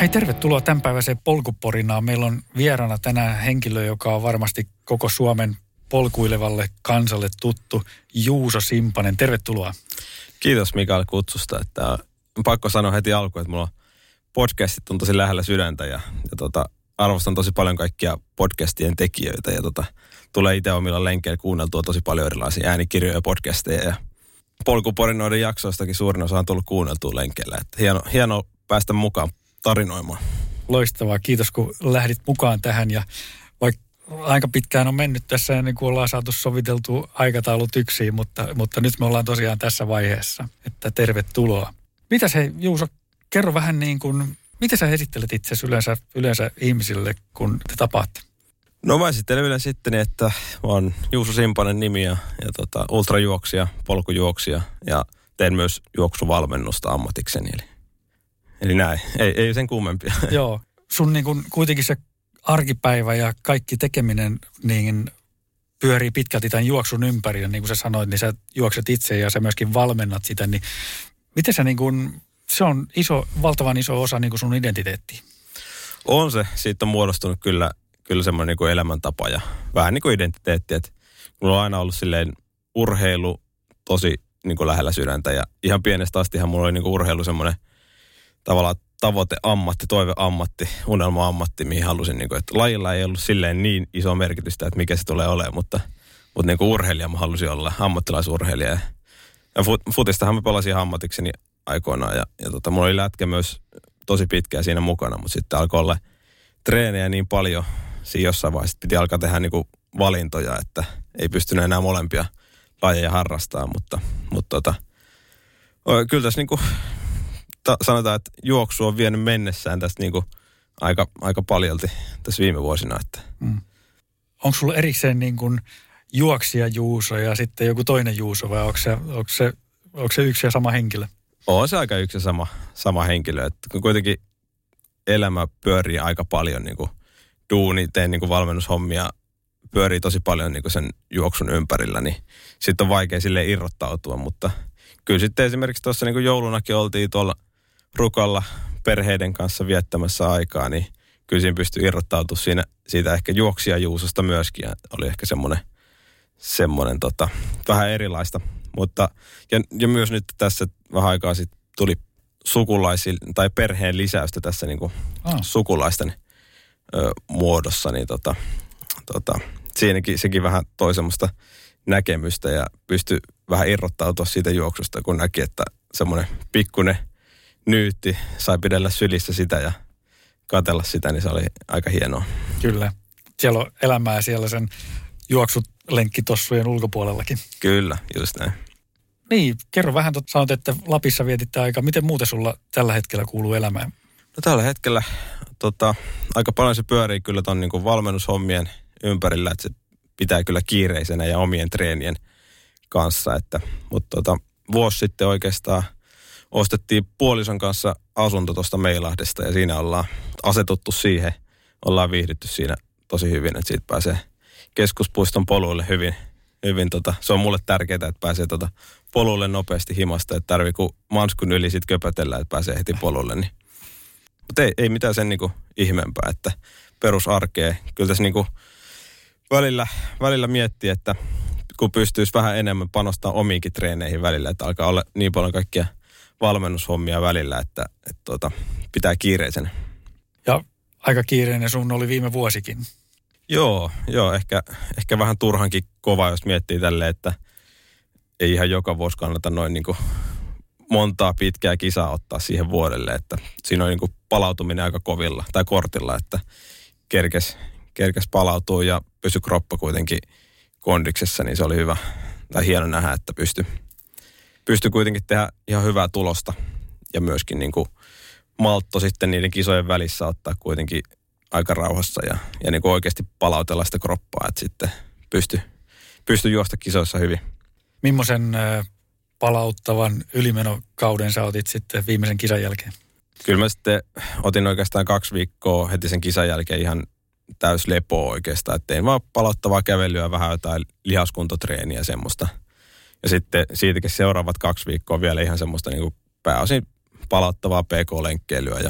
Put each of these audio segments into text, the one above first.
Hei, tervetuloa tämänpäiväiseen Polkuporinaan. Meillä on vieraana tänään henkilö, joka on varmasti koko Suomen polkuilevalle kansalle tuttu, Juuso Simpanen. Tervetuloa. Kiitos Mikael kutsusta. Että on pakko sanoa heti alkuun, että mulla podcastit on tosi lähellä sydäntä ja arvostan tosi paljon kaikkia podcastien tekijöitä ja tulee itse omilla lenkeillä kuunneltua tosi paljon erilaisia äänikirjoja ja podcasteja ja polkuporinoiden jaksoistakin suurin osa on tullut kuunneltua lenkeillä. Että hienoa päästä mukaan tarinoimaan. Loistavaa. Kiitos, kun lähdit mukaan tähän. Ja vaikka aika pitkään on mennyt tässä ennen kuin ollaan saatu soviteltua aikataulut yksiin, mutta nyt me ollaan tosiaan tässä vaiheessa, että tervetuloa. Mitäs hei Juuso, kerro vähän niin kuin, miten sä esittelet itsesi yleensä ihmisille, kun te tapaatte? No mä esittelen yleensä sitteni, että mä oon Juuso Simpanen nimi ja ultrajuoksija, polkujuoksija ja teen myös juoksuvalmennusta ammatikseni. Eli näin, ei sen kummempia. Joo, sun niin kuin kuitenkin se arkipäivä ja kaikki tekeminen niin pyörii pitkälti tämän juoksun ympäri. Ja niin kuin sä sanoit, niin sä juokset itse ja sä myöskin valmennat sitä. Niin miten sä niin kuin, se on valtavan iso osa niin kuin sun identiteettiä? On se, siitä on muodostunut kyllä semmoinen niin kuin elämäntapa ja vähän niin kuin identiteetti. Että mulla on aina ollut silleen urheilu tosi niin kuin lähellä sydäntä ja ihan pienestä astihan mulla oli niin kuin urheilu semmoinen tavallaan tavoiteammatti, toiveammatti, unelma-ammatti, mihin halusin, niin kuin, että lajilla ei ollut silleen niin iso merkitystä, että mikä se tulee olemaan, mutta niin kuin urheilija mä halusin olla, ammattilaisurheilija. Ja futistahan mä pelasin ihan ammatikseni aikoinaan ja mulla oli lätkä myös tosi pitkään siinä mukana, mutta sitten alkoi olla treenejä niin paljon siinä jossain vaiheessa, piti alkaa tehdä niin kuin valintoja, että ei pystynyt enää molempia lajeja harrastamaan, mutta kyllä tässä niin kuin sanotaan, että juoksu on vienyt mennessään tästä niin kuin aika paljolti tässä viime vuosina. Että. Onko sulla erikseen niin kuin juoksija Juuso ja sitten joku toinen Juuso vai onko se yksi ja sama henkilö? On se aika yksi ja sama henkilö. Että kuitenkin elämä pyörii aika paljon niin kuin duuni, teen niin kuin valmennushommia, pyörii tosi paljon niin kuin sen juoksun ympärillä, niin sitten on vaikea silleen irrottautua, mutta kyllä sitten esimerkiksi tuossa niin kuin joulunakin oltiin tuolla Rukalla perheiden kanssa viettämässä aikaa, niin kyllä siinä pystyi irrottautumaan siitä ehkä juoksija Juusosta myöskin. Ja oli ehkä semmoinen vähän erilaista. Mutta, ja myös nyt tässä vähän aikaa sitten tuli sukulaisille tai perheen lisäystä tässä niin kuin sukulaisten muodossa, niin siinäkin sekin vähän toi semmoista näkemystä ja pystyi vähän irrottautua siitä juoksusta, kun näki, että semmoinen pikkuinen nyytti sai pidellä sylissä sitä ja katsella sitä, niin se oli aika hienoa. Kyllä. Siellä on elämää siellä sen juoksulenkkitossujen ulkopuolellakin. Kyllä, just näin. Niin, kerro vähän, sanot, että Lapissa vietitte aikaa. Miten muuten sulla tällä hetkellä kuuluu elämään? No tällä hetkellä aika paljon se pyörii kyllä ton niin kuin valmennushommien ympärillä, että se pitää kyllä kiireisenä ja omien treenien kanssa. Mutta vuosi sitten oikeastaan ostettiin puolison kanssa asunto tuosta Meilahdesta ja siinä ollaan asetuttu siihen. Ollaan viihdytty siinä tosi hyvin, että siitä pääsee keskuspuiston poluille hyvin. Se on mulle tärkeää, että pääsee polulle nopeasti himasta, että tarvii kun manskun yli sit köpötellä, että pääsee heti polulle. Niin. Mutta ei mitään sen niinku ihmeempää, että perusarkea. Kyllä tässä niinku välillä miettii, että kun pystyisi vähän enemmän panostaa omiinkin treeneihin välillä, että alkaa olla niin paljon kaikkia valmennushommia välillä, että pitää kiireisenä. Ja aika kiireinen sun oli viime vuosikin. Joo, ehkä vähän turhankin kova, jos miettii tälleen, että ei ihan joka vuosi kannata noin niin kuin montaa pitkää kisaa ottaa siihen vuodelle, että siinä on niin kuin palautuminen aika kovilla tai kortilla, että kerkes palautuu ja pysy kroppa kuitenkin kondiksessa, niin se oli hyvä tai hieno nähdä, että pystyi kuitenkin tehdä ihan hyvää tulosta ja myöskin niin kuin maltto sitten niiden kisojen välissä ottaa kuitenkin aika rauhassa ja niin kuin oikeasti palautella sitä kroppaa, että sitten pystyi juosta kisoissa hyvin. Millaisen palauttavan ylimenokauden sä otit sitten viimeisen kisan jälkeen? Kyllä mä sitten otin oikeastaan 2 viikkoa heti sen kisan jälkeen ihan täys lepoa oikeastaan. Että tein vaan palauttavaa kävelyä, vähän jotain lihaskuntotreeniä semmoista. Ja sitten siitäkin seuraavat 2 viikkoa vielä ihan semmoista niin kuin pääosin palauttavaa PK-lenkkeilyä ja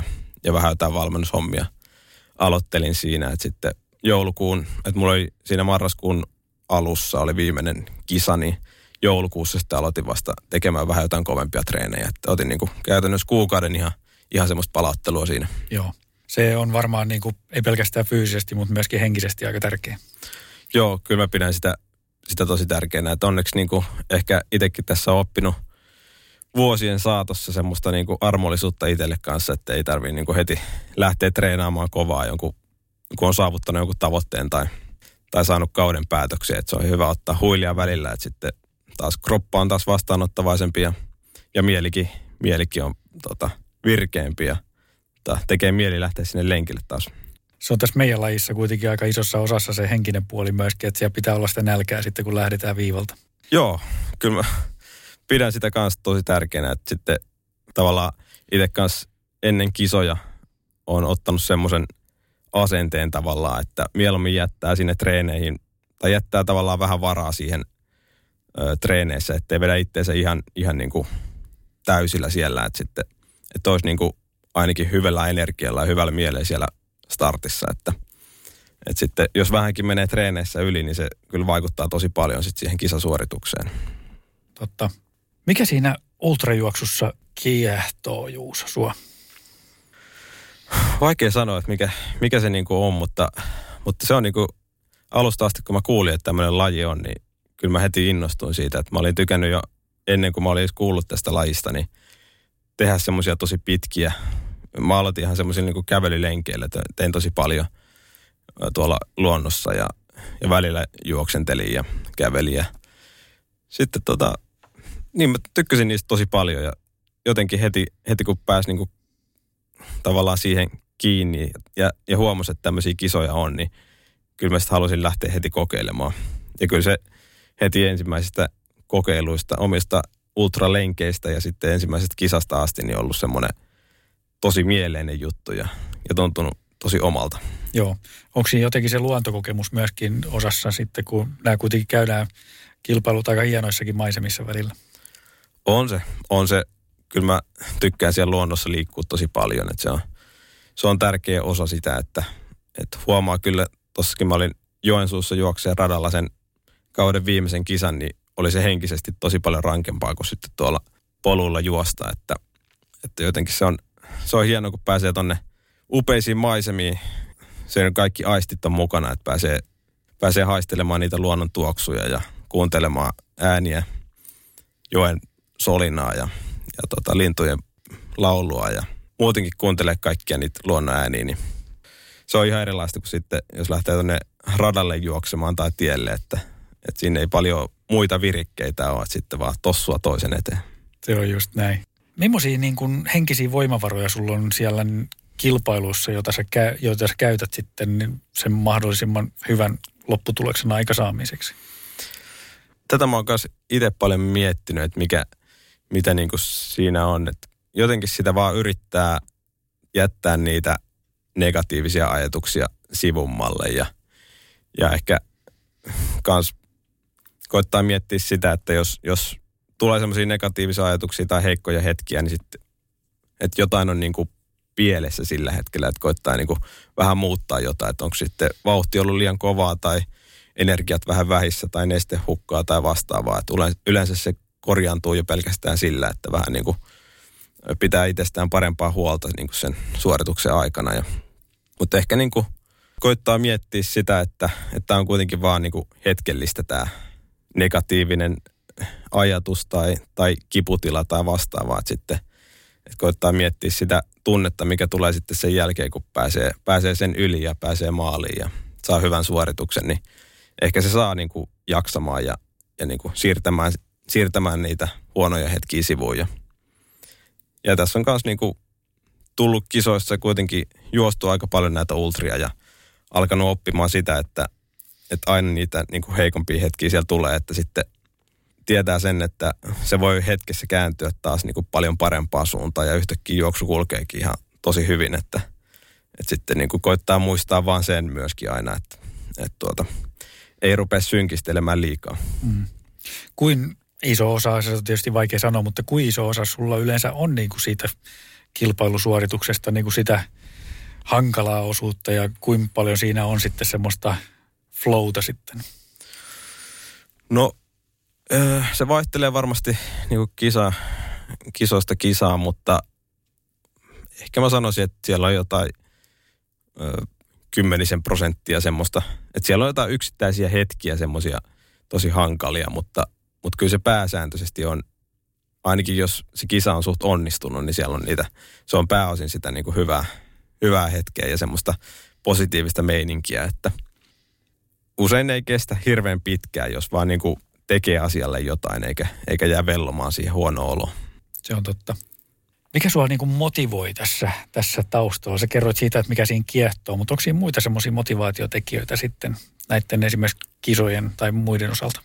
ja vähän jotain valmennushommia aloittelin siinä, että sitten että mulla oli siinä marraskuun alussa oli viimeinen kisa, niin joulukuussa sitten aloitin vasta tekemään vähän jotain kovempia treenejä. Että otin niin kuin käytännössä kuukauden ihan semmoista palauttelua siinä. Joo, se on varmaan niin kuin, ei pelkästään fyysisesti, mutta myöskin henkisesti aika tärkeä. Joo, kyllä mä pidän sitä tosi tärkeänä. Että onneksi niin kuin ehkä itsekin tässä on oppinut vuosien saatossa semmoista niin kuin armollisuutta itselle kanssa, että ei tarvitse niin kuin heti lähteä treenaamaan kovaa kun on saavuttanut jonkun tavoitteen tai saanut kauden päätöksiä. Että se on hyvä ottaa huilia välillä, että sitten taas kroppa on taas vastaanottavaisempi ja mielikin on virkeämpi ja tekee mieli lähteä sinne lenkille taas. Se on tässä meidän lajissa kuitenkin aika isossa osassa se henkinen puoli myöskin, että siellä pitää olla sitä nälkää sitten, kun lähdetään viivalta. Joo, kyllä mä pidän sitä kanssa tosi tärkeänä, että sitten tavallaan itse kanssa ennen kisoja on ottanut semmoisen asenteen tavallaan, että mieluummin jättää sinne treeneihin tai jättää tavallaan vähän varaa siihen treeneissä, ettei vedä itseensä ihan niin kuin täysillä siellä, että olisi niin kuin ainakin hyvällä energialla ja hyvällä mielellä siellä startissa, että sitten jos vähänkin menee treeneissä yli, niin se kyllä vaikuttaa tosi paljon sitten siihen kisasuoritukseen. Totta. Mikä siinä ultrajuoksussa kiehtoo, Juuso, sua? Vaikea sanoa, että mikä se niinku on, mutta se on niinku alusta asti, kun mä kuulin, että tämmöinen laji on, niin kyllä mä heti innostuin siitä, että mä olin tykännyt jo ennen kuin mä olin edes kuullut tästä lajista, niin tehdä semmoisia tosi pitkiä. Mä aloitin ihan semmoisilla niinku kävelylenkeillä, tein tosi paljon tuolla luonnossa ja välillä juoksentelin ja kävelin. Ja sitten niin mä tykkäsin niistä tosi paljon ja jotenkin heti kun pääsi niinku tavallaan siihen kiinni ja huomasin, että tämmöisiä kisoja on, niin kyllä mä sitten halusin lähteä heti kokeilemaan. Ja kyllä se heti ensimmäisistä kokeiluista, omista ultralenkeistä ja sitten ensimmäisestä kisasta asti niin ollut semmoinen tosi mieleinen juttu ja tuntunut tosi omalta. Joo. Onko siinä jotenkin se luontokokemus myöskin osassa sitten, kun nämä kuitenkin käydään kilpailut aika hienoissakin maisemissa välillä? On se. Kyllä mä tykkään siellä luonnossa liikkua tosi paljon, että se on tärkeä osa sitä, että huomaa kyllä, tossakin mä olin Joensuussa juokseen radalla sen kauden viimeisen kisan, niin oli se henkisesti tosi paljon rankempaa kuin sitten tuolla polulla juosta, että jotenkin se on hienoa, kun pääsee tonne upeisiin maisemiin, se on kaikki aistit on mukana, että pääsee haistelemaan niitä luonnon tuoksuja ja kuuntelemaan ääniä, joen solinaa ja lintujen laulua ja muutenkin kuuntelee kaikkia niitä luonnon ääniä, niin se on ihan erilaista kuin sitten, jos lähtee tuonne radalle juoksemaan tai tielle, että siinä ei paljon muita virikkeitä ole, että sitten vaan tossua toisen eteen. Se on just näin. Millaisia niin kuin henkisiä voimavaroja sulla on siellä kilpailuissa, jota sä käytät sitten sen mahdollisimman hyvän lopputuloksen aikasaamiseksi? Tätä mä oon myös itse paljon miettinyt, että mitä niin kuin siinä on. Että jotenkin sitä vaan yrittää jättää niitä negatiivisia ajatuksia sivummalle ja ehkä kans koittaa miettiä sitä, että jos tulee semmoisia negatiivisia ajatuksia tai heikkoja hetkiä, niin sitten, että jotain on niin kuin pielessä sillä hetkellä, että koittaa niin kuin vähän muuttaa jotain, että onko sitten vauhti ollut liian kovaa tai energiat vähän vähissä tai neste hukkaa tai vastaavaa, että yleensä se korjaantuu jo pelkästään sillä, että vähän niin kuin pitää itsestään parempaa huolta niin kuin sen suorituksen aikana. Mutta ehkä niin kuin koittaa miettiä sitä, että on kuitenkin vaan niin kuin hetkellistä tämä negatiivinen ajatus tai kiputila tai vastaavaa. Että koittaa miettiä sitä tunnetta, mikä tulee sitten sen jälkeen, kun pääsee sen yli ja pääsee maaliin ja saa hyvän suorituksen, niin ehkä se saa niin kuin jaksamaan ja niin kuin siirtämään niitä huonoja hetkiä sivuun. Ja tässä on myös niin kuin tullut kisoissa kuitenkin juostu aika paljon näitä ultria ja alkanut oppimaan sitä, että aina niitä niin kuin heikompia hetkiä siellä tulee, että sitten tietää sen, että se voi hetkessä kääntyä taas niin kuin paljon parempaa suuntaan ja yhtäkkiä juoksu kulkeekin ihan tosi hyvin, että sitten niin kuin koittaa muistaa vaan sen myöskin aina, että ei rupea synkistelemään liikaa. Kuin iso osa, se on tietysti vaikea sanoa, mutta kuin iso osa sulla yleensä on niin kuin siitä kilpailusuorituksesta niin kuin sitä hankalaa osuutta ja kuinka paljon siinä on sitten semmoista flowta sitten? No se vaihtelee varmasti niin kuin kisoista kisaan, mutta ehkä mä sanoisin, että siellä on jotain 10% semmoista, että siellä on jotain yksittäisiä hetkiä semmoisia tosi hankalia, mutta kyllä se pääsääntöisesti on, ainakin jos se kisa on suht onnistunut, niin siellä on niitä, se on pääosin sitä niin kuin hyvää hetkeä ja semmoista positiivista meininkiä, että usein ei kestä hirveän pitkään, jos vaan niin kuin tekee asialle jotain eikä jää vellomaan siihen huonoon oloon. Se on totta. Mikä sua niin kuin motivoi tässä taustalla? Sä kerroit siitä, että mikä siinä kiehtoo, mutta onko siinä muita semmoisia motivaatiotekijöitä sitten näiden esimerkiksi kisojen tai muiden osalta?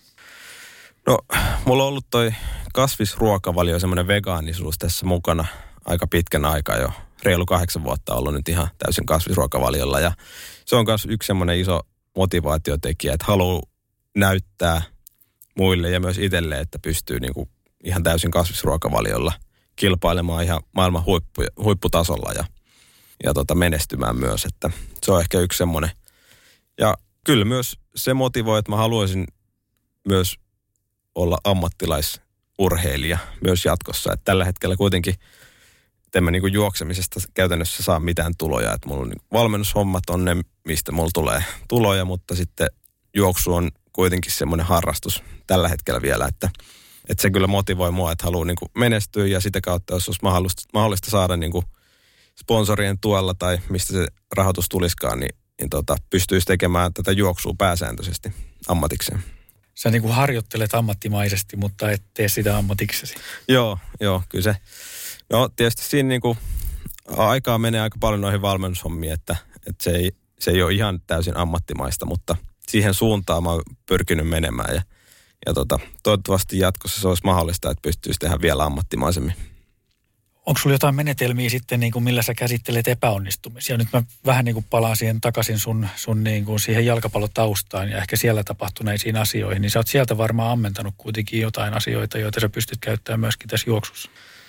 No, mulla on ollut toi kasvisruokavalio, semmoinen vegaanisuus tässä mukana aika pitkän aikaa jo. Reilu 8 vuotta ollut nyt ihan täysin kasvisruokavaliolla ja se on myös yksi semmoinen iso motivaatiotekijä, että haluaa näyttää muille ja myös itselle, että pystyy niin kuin ihan täysin kasvisruokavaliolla kilpailemaan ihan maailman huipputasolla ja menestymään myös, että se on ehkä yksi semmoinen. Ja kyllä myös se motivoi, että mä haluaisin myös olla ammattilaisurheilija myös jatkossa. Että tällä hetkellä kuitenkin en mä niin kuin juoksemisesta käytännössä saa mitään tuloja. Että mulla on niin valmennushommat on ne, mistä mulla tulee tuloja, mutta sitten juoksu on kuitenkin semmoinen harrastus tällä hetkellä vielä, että se kyllä motivoi mua, että haluaa niin kuin menestyä ja sitä kautta, jos olisi mahdollista saada niin kuin sponsorien tuella tai mistä se rahoitus tulisikaan, niin pystyisi tekemään tätä juoksua pääsääntöisesti ammatikseen. Sä niin kuin harjoittelet ammattimaisesti, mutta et tee sitä ammatiksesi. Joo, kyllä se. No tietysti siinä niin kuin aikaa menee aika paljon noihin valmennushommiin, että se ei ole ihan täysin ammattimaista, mutta siihen suuntaan mä oon pyrkinyt menemään ja toivottavasti jatkossa se olisi mahdollista, että pystyisi tehdä vielä ammattimaisemmin. Onko sulla jotain menetelmiä sitten, niin kuin millä sä käsittelet epäonnistumisia? Nyt mä vähän niin kuin palaan siihen takaisin sun niin kuin siihen jalkapallotaustaan ja ehkä siellä tapahtuneisiin asioihin. Niin sä oot sieltä varmaan ammentanut kuitenkin jotain asioita, joita sä pystyt käyttämään myöskin tässä juoksussa.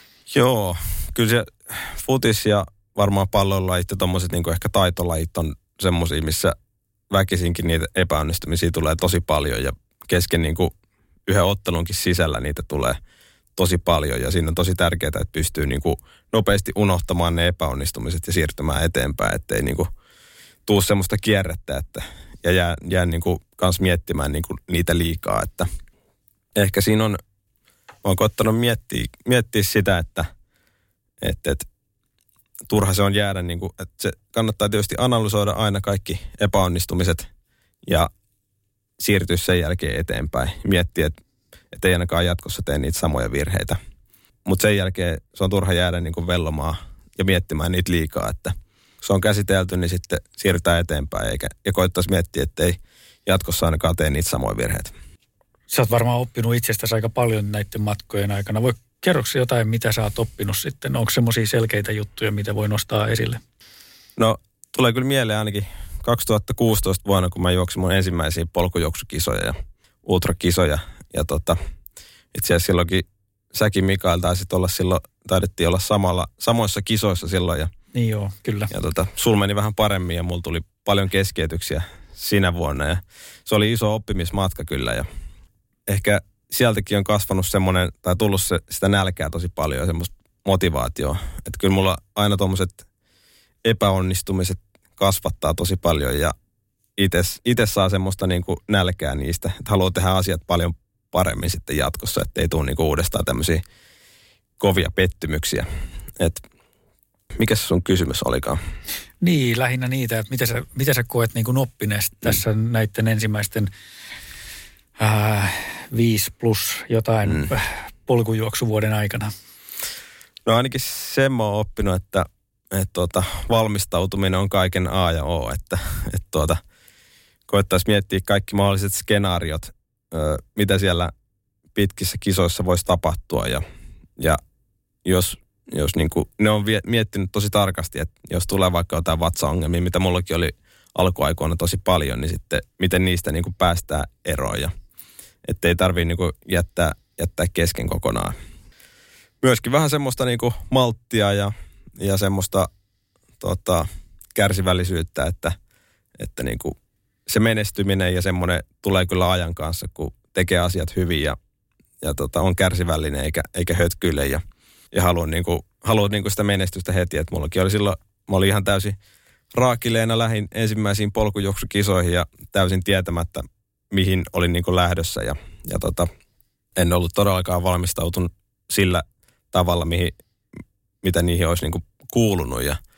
Joo, kyllä se futis ja varmaan pallonlajit ja tommoset niin kuin ehkä taitolajit on semmosia, missä väkisinkin niitä epäonnistumisia tulee tosi paljon ja kesken niin kuin yhden ottelunkin sisällä niitä tulee tosi paljon ja siinä on tosi tärkeää, että pystyy niin kuin nopeasti unohtamaan ne epäonnistumiset ja siirtymään eteenpäin, ettei niin kuin tuu semmoista kierrettä, ja jää niin kuin kans miettimään niin kuin niitä liikaa, että ehkä siinä on, olen koittanut miettiä sitä, että turha se on jäädä niin kuin, että se kannattaa tietysti analysoida aina kaikki epäonnistumiset ja siirtyä sen jälkeen eteenpäin. Miettiä, että ei ainakaan jatkossa tee niitä samoja virheitä. Mutta sen jälkeen se on turha jäädä niin kuin vellomaan ja miettimään niitä liikaa, että se on käsitelty, niin sitten siirrytään eteenpäin ja koittaisi miettiä, että ei jatkossa ainakaan tee niitä samoja virheitä. Sä oot varmaan oppinut itsestäsi aika paljon näiden matkojen aikana. Kerroksä jotain, mitä sä oot oppinut sitten? Onko semmoisia selkeitä juttuja, mitä voi nostaa esille? No, tulee kyllä mieleen ainakin 2016 vuonna, kun mä juoksin mun ensimmäisiä polkujuoksukisoja ja ultrakisoja. Ja itse asiassa silloinkin säkin, Mikael, taidettiin olla samoissa kisoissa silloin. Ja, niin joo, kyllä. Ja sul meni vähän paremmin ja mulla tuli paljon keskeytyksiä sinä vuonna. Ja se oli iso oppimismatka kyllä ja ehkä sieltäkin on kasvanut semmoinen, tai tullut sitä nälkää tosi paljon ja semmoista motivaatioa. Että kyllä mulla aina tuommoiset epäonnistumiset kasvattaa tosi paljon ja itse saa semmoista niin kuin nälkää niistä, että haluaa tehdä asiat paljon paremmin sitten jatkossa, että ei tule niin kuin uudestaan tämmöisiä kovia pettymyksiä. Että mikä se sun kysymys olikaan? Niin, lähinnä niitä, että mitä sä koet niin kuin oppineesta tässä näiden ensimmäisten 5 plus jotain polkujuoksuvuoden aikana? No ainakin sen mä oon oppinut, että valmistautuminen on kaiken A ja O, että koettaisiin miettiä kaikki mahdolliset skenaariot, mitä siellä pitkissä kisoissa voisi tapahtua ja jos niin kuin, ne on miettinyt tosi tarkasti, että jos tulee vaikka jotain vatsaongelmia, mitä mullakin oli alkuaikoina tosi paljon, niin sitten miten niistä niin kuin päästään eroon ja että ei tarvitse niin kuin jättää kesken kokonaan. Myöskin vähän semmoista niin kuin malttia ja ja semmoista kärsivällisyyttä, että niin kuin se menestyminen ja semmoinen tulee kyllä ajan kanssa, kun tekee asiat hyvin ja on kärsivällinen eikä hötkyile ja haluan niinku sitä menestystä heti. Että mullakin oli silloin, mä olin ihan täysin raakileena, lähdin ensimmäisiin polkujuoksukisoihin ja täysin tietämättä, mihin olin niinku lähdössä ja en ollut todellakaan valmistautunut sillä tavalla, mitä niihin olisi niinku kuulunut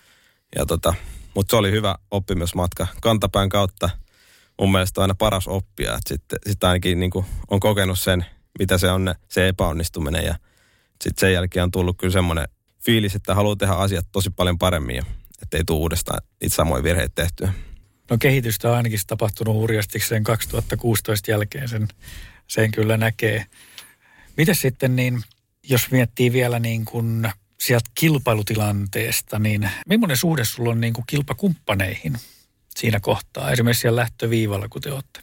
mutta se oli hyvä oppimismatka kantapään kautta. Mun mielestä on aina paras oppia, että sitten ainakin niinku on kokenut sen, mitä se on se epäonnistuminen ja sitten sen jälkeen on tullut kyllä semmoinen fiilis, että haluaa tehdä asiat tosi paljon paremmin ja ettei tule uudestaan niitä samoja virheitä tehtyä. No kehitystä on ainakin tapahtunut hurjasti sen 2016 jälkeen, sen kyllä näkee. Mitäs sitten niin, jos miettii vielä niin kuin sieltä kilpailutilanteesta, niin millainen suhde sulla on niin kuin kilpakumppaneihin siinä kohtaa, esimerkiksi siellä lähtöviivalla, kun te olette?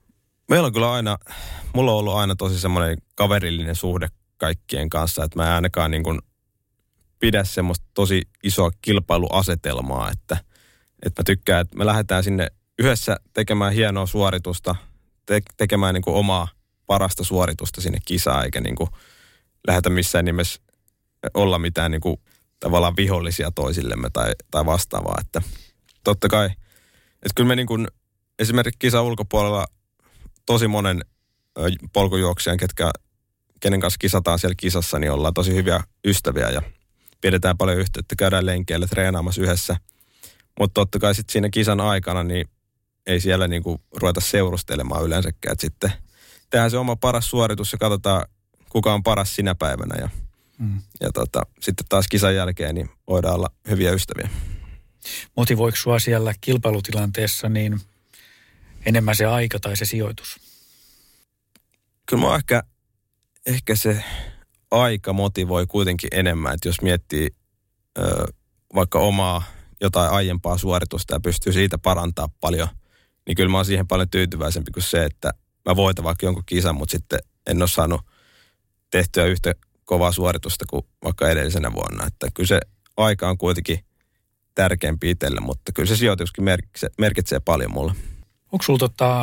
Mulla on ollut aina tosi semmoinen kaverillinen suhde kaikkien kanssa, että mä en ainakaan niin kuin pidä semmoista tosi isoa kilpailuasetelmaa, että mä tykkään, että me lähdetään sinne yhdessä tekemään hienoa suoritusta, tekemään niin kuin omaa parasta suoritusta sinne kisaan, eikä niin kuin lähdetä missään nimessä olla mitään niin kuin tavallaan vihollisia toisillemme tai vastaavaa, että totta kai, että kyllä me niin kuin esimerkiksi kisan ulkopuolella tosi monen polkujuoksijan, kenen kanssa kisataan siellä kisassa, niin ollaan tosi hyviä ystäviä ja pidetään paljon yhteyttä, käydään lenkeillä, treenaamassa yhdessä. Mutta totta kai sitten siinä kisan aikana, niin ei siellä niinku ruveta seurustelemaan yleensäkään. Et sitten tehdään se oma paras suoritus ja katsotaan, kuka on paras sinä päivänä. Ja sitten taas kisan jälkeen niin voidaan olla hyviä ystäviä. Motivoiko sua siellä kilpailutilanteessa niin enemmän se aika tai se sijoitus? Kyllä mä ehkä se aika motivoi kuitenkin enemmän, että jos miettii vaikka omaa jotain aiempaa suoritusta ja pystyy siitä parantaa paljon, niin kyllä mä oon siihen paljon tyytyväisempi kuin se, että mä voitan vaikka jonkun kisan, mutta sitten en ole saanut tehtyä yhtä kovaa suoritusta kuin vaikka edellisenä vuonna. Että kyllä se aika on kuitenkin tärkeämpi itselle, mutta kyllä se sijoituskin merkitsee paljon mulle. Onko sulla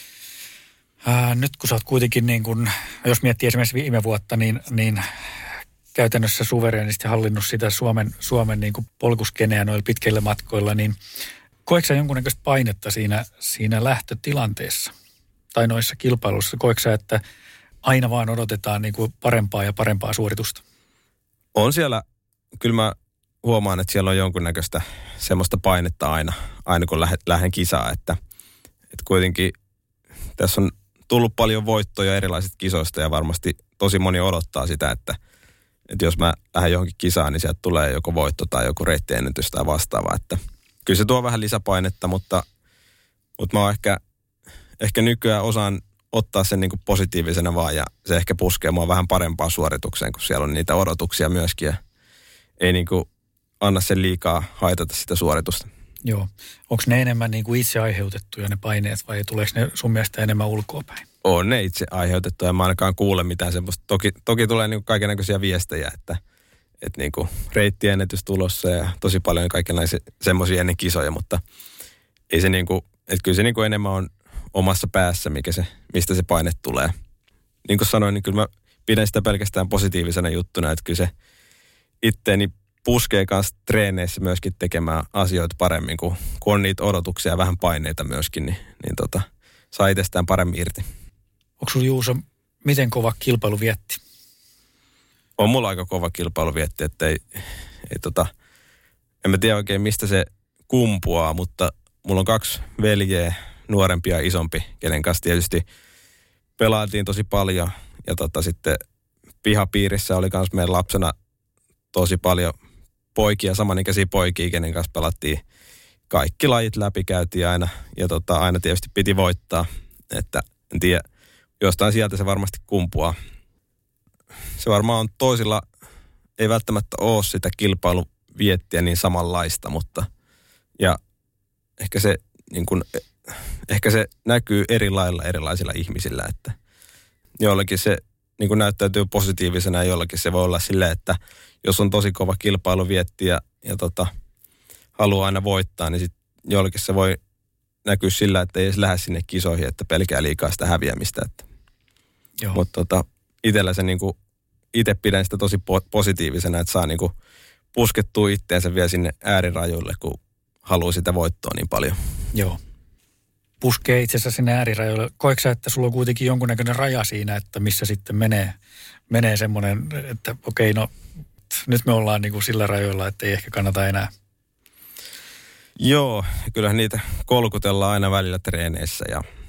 nyt kun sä oot kuitenkin niin kun, jos miettii esimerkiksi viime vuotta, niin käytännössä suvereenisti hallinnut sitä Suomen niin kuin polkuskeneä noilla pitkillä matkoilla, niin koetko sä jonkunnäköistä painetta siinä lähtötilanteessa tai noissa kilpailuissa? Koetko sä, että aina vaan odotetaan niin kuin parempaa ja parempaa suoritusta? On siellä, kyllä mä huomaan, että siellä on jonkunnäköistä semmoista painetta aina kun lähden kisaan, että kuitenkin tässä on tullut paljon voittoja erilaisista kisoista ja varmasti tosi moni odottaa sitä, että jos mä lähden johonkin kisaan, niin sieltä tulee joko voitto tai joku reittiennätys tai vastaava. Että kyllä se tuo vähän lisäpainetta, mutta mä oon ehkä nykyään osaan ottaa sen niin kuin positiivisena vaan ja se ehkä puskee mua vähän parempaan suoritukseen, kun siellä on niitä odotuksia myöskin ja ei niin kuin anna sen liikaa haitata sitä suoritusta. Joo. Onko ne enemmän niin kuin itse aiheutettuja ne paineet vai tuleeko ne sun mielestä enemmän ulkoapäin? On ne itse aiheutettuja. Mä ainakaan kuule mitään semmoista. Toki tulee niin kuin kaikennäköisiä viestejä, että niin kuin reittiennätys tulossa ja tosi paljon kaikenlaisia semmoisia ennen kisoja, mutta ei se niin kuin, että kyllä se niin kuin enemmän on omassa päässä, mistä se paine tulee. Niin kuin sanoin, niin kyllä mä pidän sitä pelkästään positiivisena juttuna, että kyllä se itteeni puskee kanssa treeneissä myöskin tekemään asioita paremmin, kun on niitä odotuksia ja vähän paineita myöskin, niin saa itsestään paremmin irti. Onko sinulla, Juuso, miten kova kilpailu vietti? On mulla aika kova kilpailu vietti, että en mä tiedä oikein mistä se kumpuaa, mutta mulla on 2 veljeä, nuorempi ja isompi, kenen kanssa tietysti pelaatiin tosi paljon ja sitten pihapiirissä oli myös meidän lapsena tosi paljon poikia, samanikäisiä poikia, kenen kanssa pelattiin kaikki lajit läpi, käytiin aina ja aina tietysti piti voittaa, että en tiedä, jostain sieltä se varmasti kumpuaa. Se varmaan on toisilla, ei välttämättä ole sitä kilpailuviettiä niin samanlaista, mutta ja ehkä se näkyy eri lailla erilaisilla ihmisillä, että joillekin se niin kuin näyttäytyy positiivisena jollakin. Se voi olla silleen, että jos on tosi kova kilpailu vietti ja haluaa aina voittaa, niin sitten jollakin se voi näkyä sillä, että ei edes lähde sinne kisoihin, että pelkää liikaa sitä häviämistä. Mutta itsellä se niin kuin, itse pidän sitä tosi positiivisena, että saa niin kuin puskettua itteensä vielä sinne äärirajoille, kun haluaa sitä voittoa niin paljon. Joo. Puskee itse asiassa sinne äärirajoille. Koetko sä, että sulla on kuitenkin jonkunnäköinen raja siinä, että missä sitten menee semmoinen, että okei, no nyt me ollaan niin kuin sillä rajoilla, että ei ehkä kannata enää? Joo, kyllähän niitä kolkutellaan aina välillä treeneissä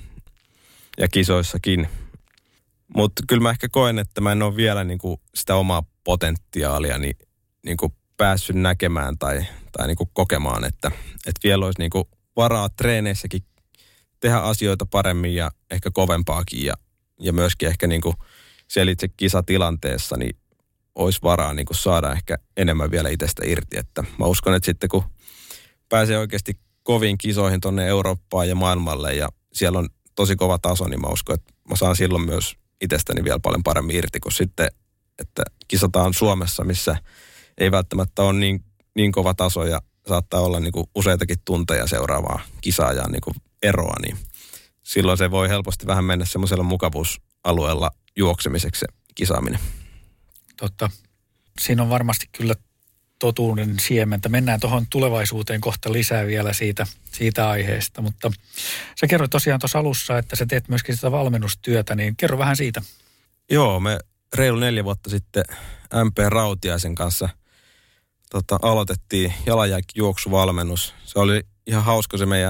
ja kisoissakin. Mutta kyllä mä ehkä koen, että mä en ole vielä niin kuin sitä omaa potentiaalia niin kuin päässyt näkemään tai niin kuin kokemaan, että vielä olisi niin kuin varaa treeneissäkin tehdä asioita paremmin ja ehkä kovempaakin ja myöskin ehkä niin kuin siellä itse kisatilanteessa niin olisi varaa niin kuin saada ehkä enemmän vielä itsestä irti. Että mä uskon, että sitten kun pääsee oikeasti koviin kisoihin tuonne Eurooppaan ja maailmalle ja siellä on tosi kova taso, niin mä uskon, että mä saan silloin myös itsestäni vielä paljon paremmin irti kuin sitten, että kisataan Suomessa, missä ei välttämättä ole niin kova taso ja saattaa olla niin kuin useitakin tunteja seuraavaa kisaa ja niin kuin eroa, niin silloin se voi helposti vähän mennä semmoisella mukavuusalueella juoksemiseksi se kisaaminen. Totta. Siinä on varmasti kyllä totuuden siementä. Mennään tuohon tulevaisuuteen kohta lisää vielä siitä aiheesta, mutta sä kerroit tosiaan tuossa alussa, että sä teet myöskin sitä valmennustyötä, niin kerro vähän siitä. Joo, me reilu 4 vuotta sitten MP Rautiaisen kanssa aloitettiin jalanjälkijuoksuvalmennus. Se oli ihan hauska se meidän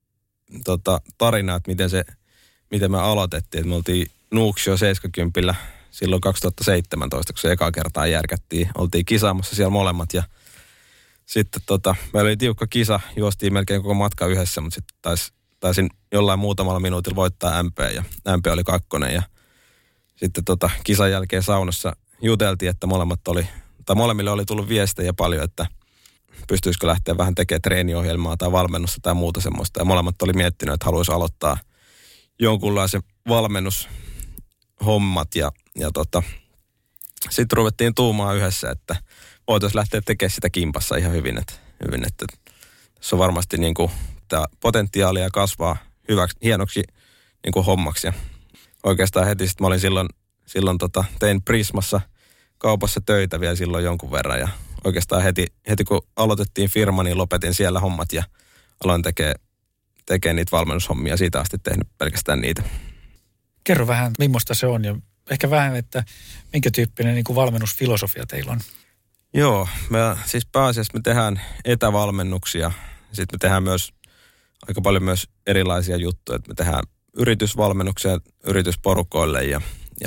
tarina, että miten me aloitettiin. Että me oltiin Nuuksio 70 silloin 2017, kun se ekaa kertaa järkättiin. Oltiin kisaamassa siellä molemmat ja sitten meillä oli tiukka kisa. Juostiin melkein koko matka yhdessä, mutta sitten taisin jollain muutamalla minuutilla voittaa MP ja MP oli 2. Ja sitten kisan jälkeen saunassa juteltiin, että molemmille oli tullut viestejä paljon, että pystyisikö lähteä vähän tekemään treeniohjelmaa tai valmennusta tai muuta semmoista. Ja molemmat oli miettinyt, että haluaisi aloittaa jonkunlaisen valmennushommat ja sitten ruvettiin tuumaan yhdessä, että voitaisiin lähteä tekemään sitä kimpassa ihan hyvin, että se on varmasti niin kuin tämä potentiaalia kasvaa hienoksi niin kuin hommaksi. Ja oikeastaan heti sitten mä olin silloin tein Prismassa kaupassa töitä vielä silloin jonkun verran ja oikeastaan heti kun aloitettiin firma, niin lopetin siellä hommat ja aloin tekemään niitä valmennushommia. Siitä asti tehnyt pelkästään niitä. Kerro vähän, millaista se on ja ehkä vähän, että minkä tyyppinen niin kuin valmennusfilosofia teillä on? Joo, siis pääasiassa me tehdään etävalmennuksia. Sitten me tehdään myös aika paljon myös erilaisia juttuja. Me tehdään yritysvalmennuksia yritysporukoille ja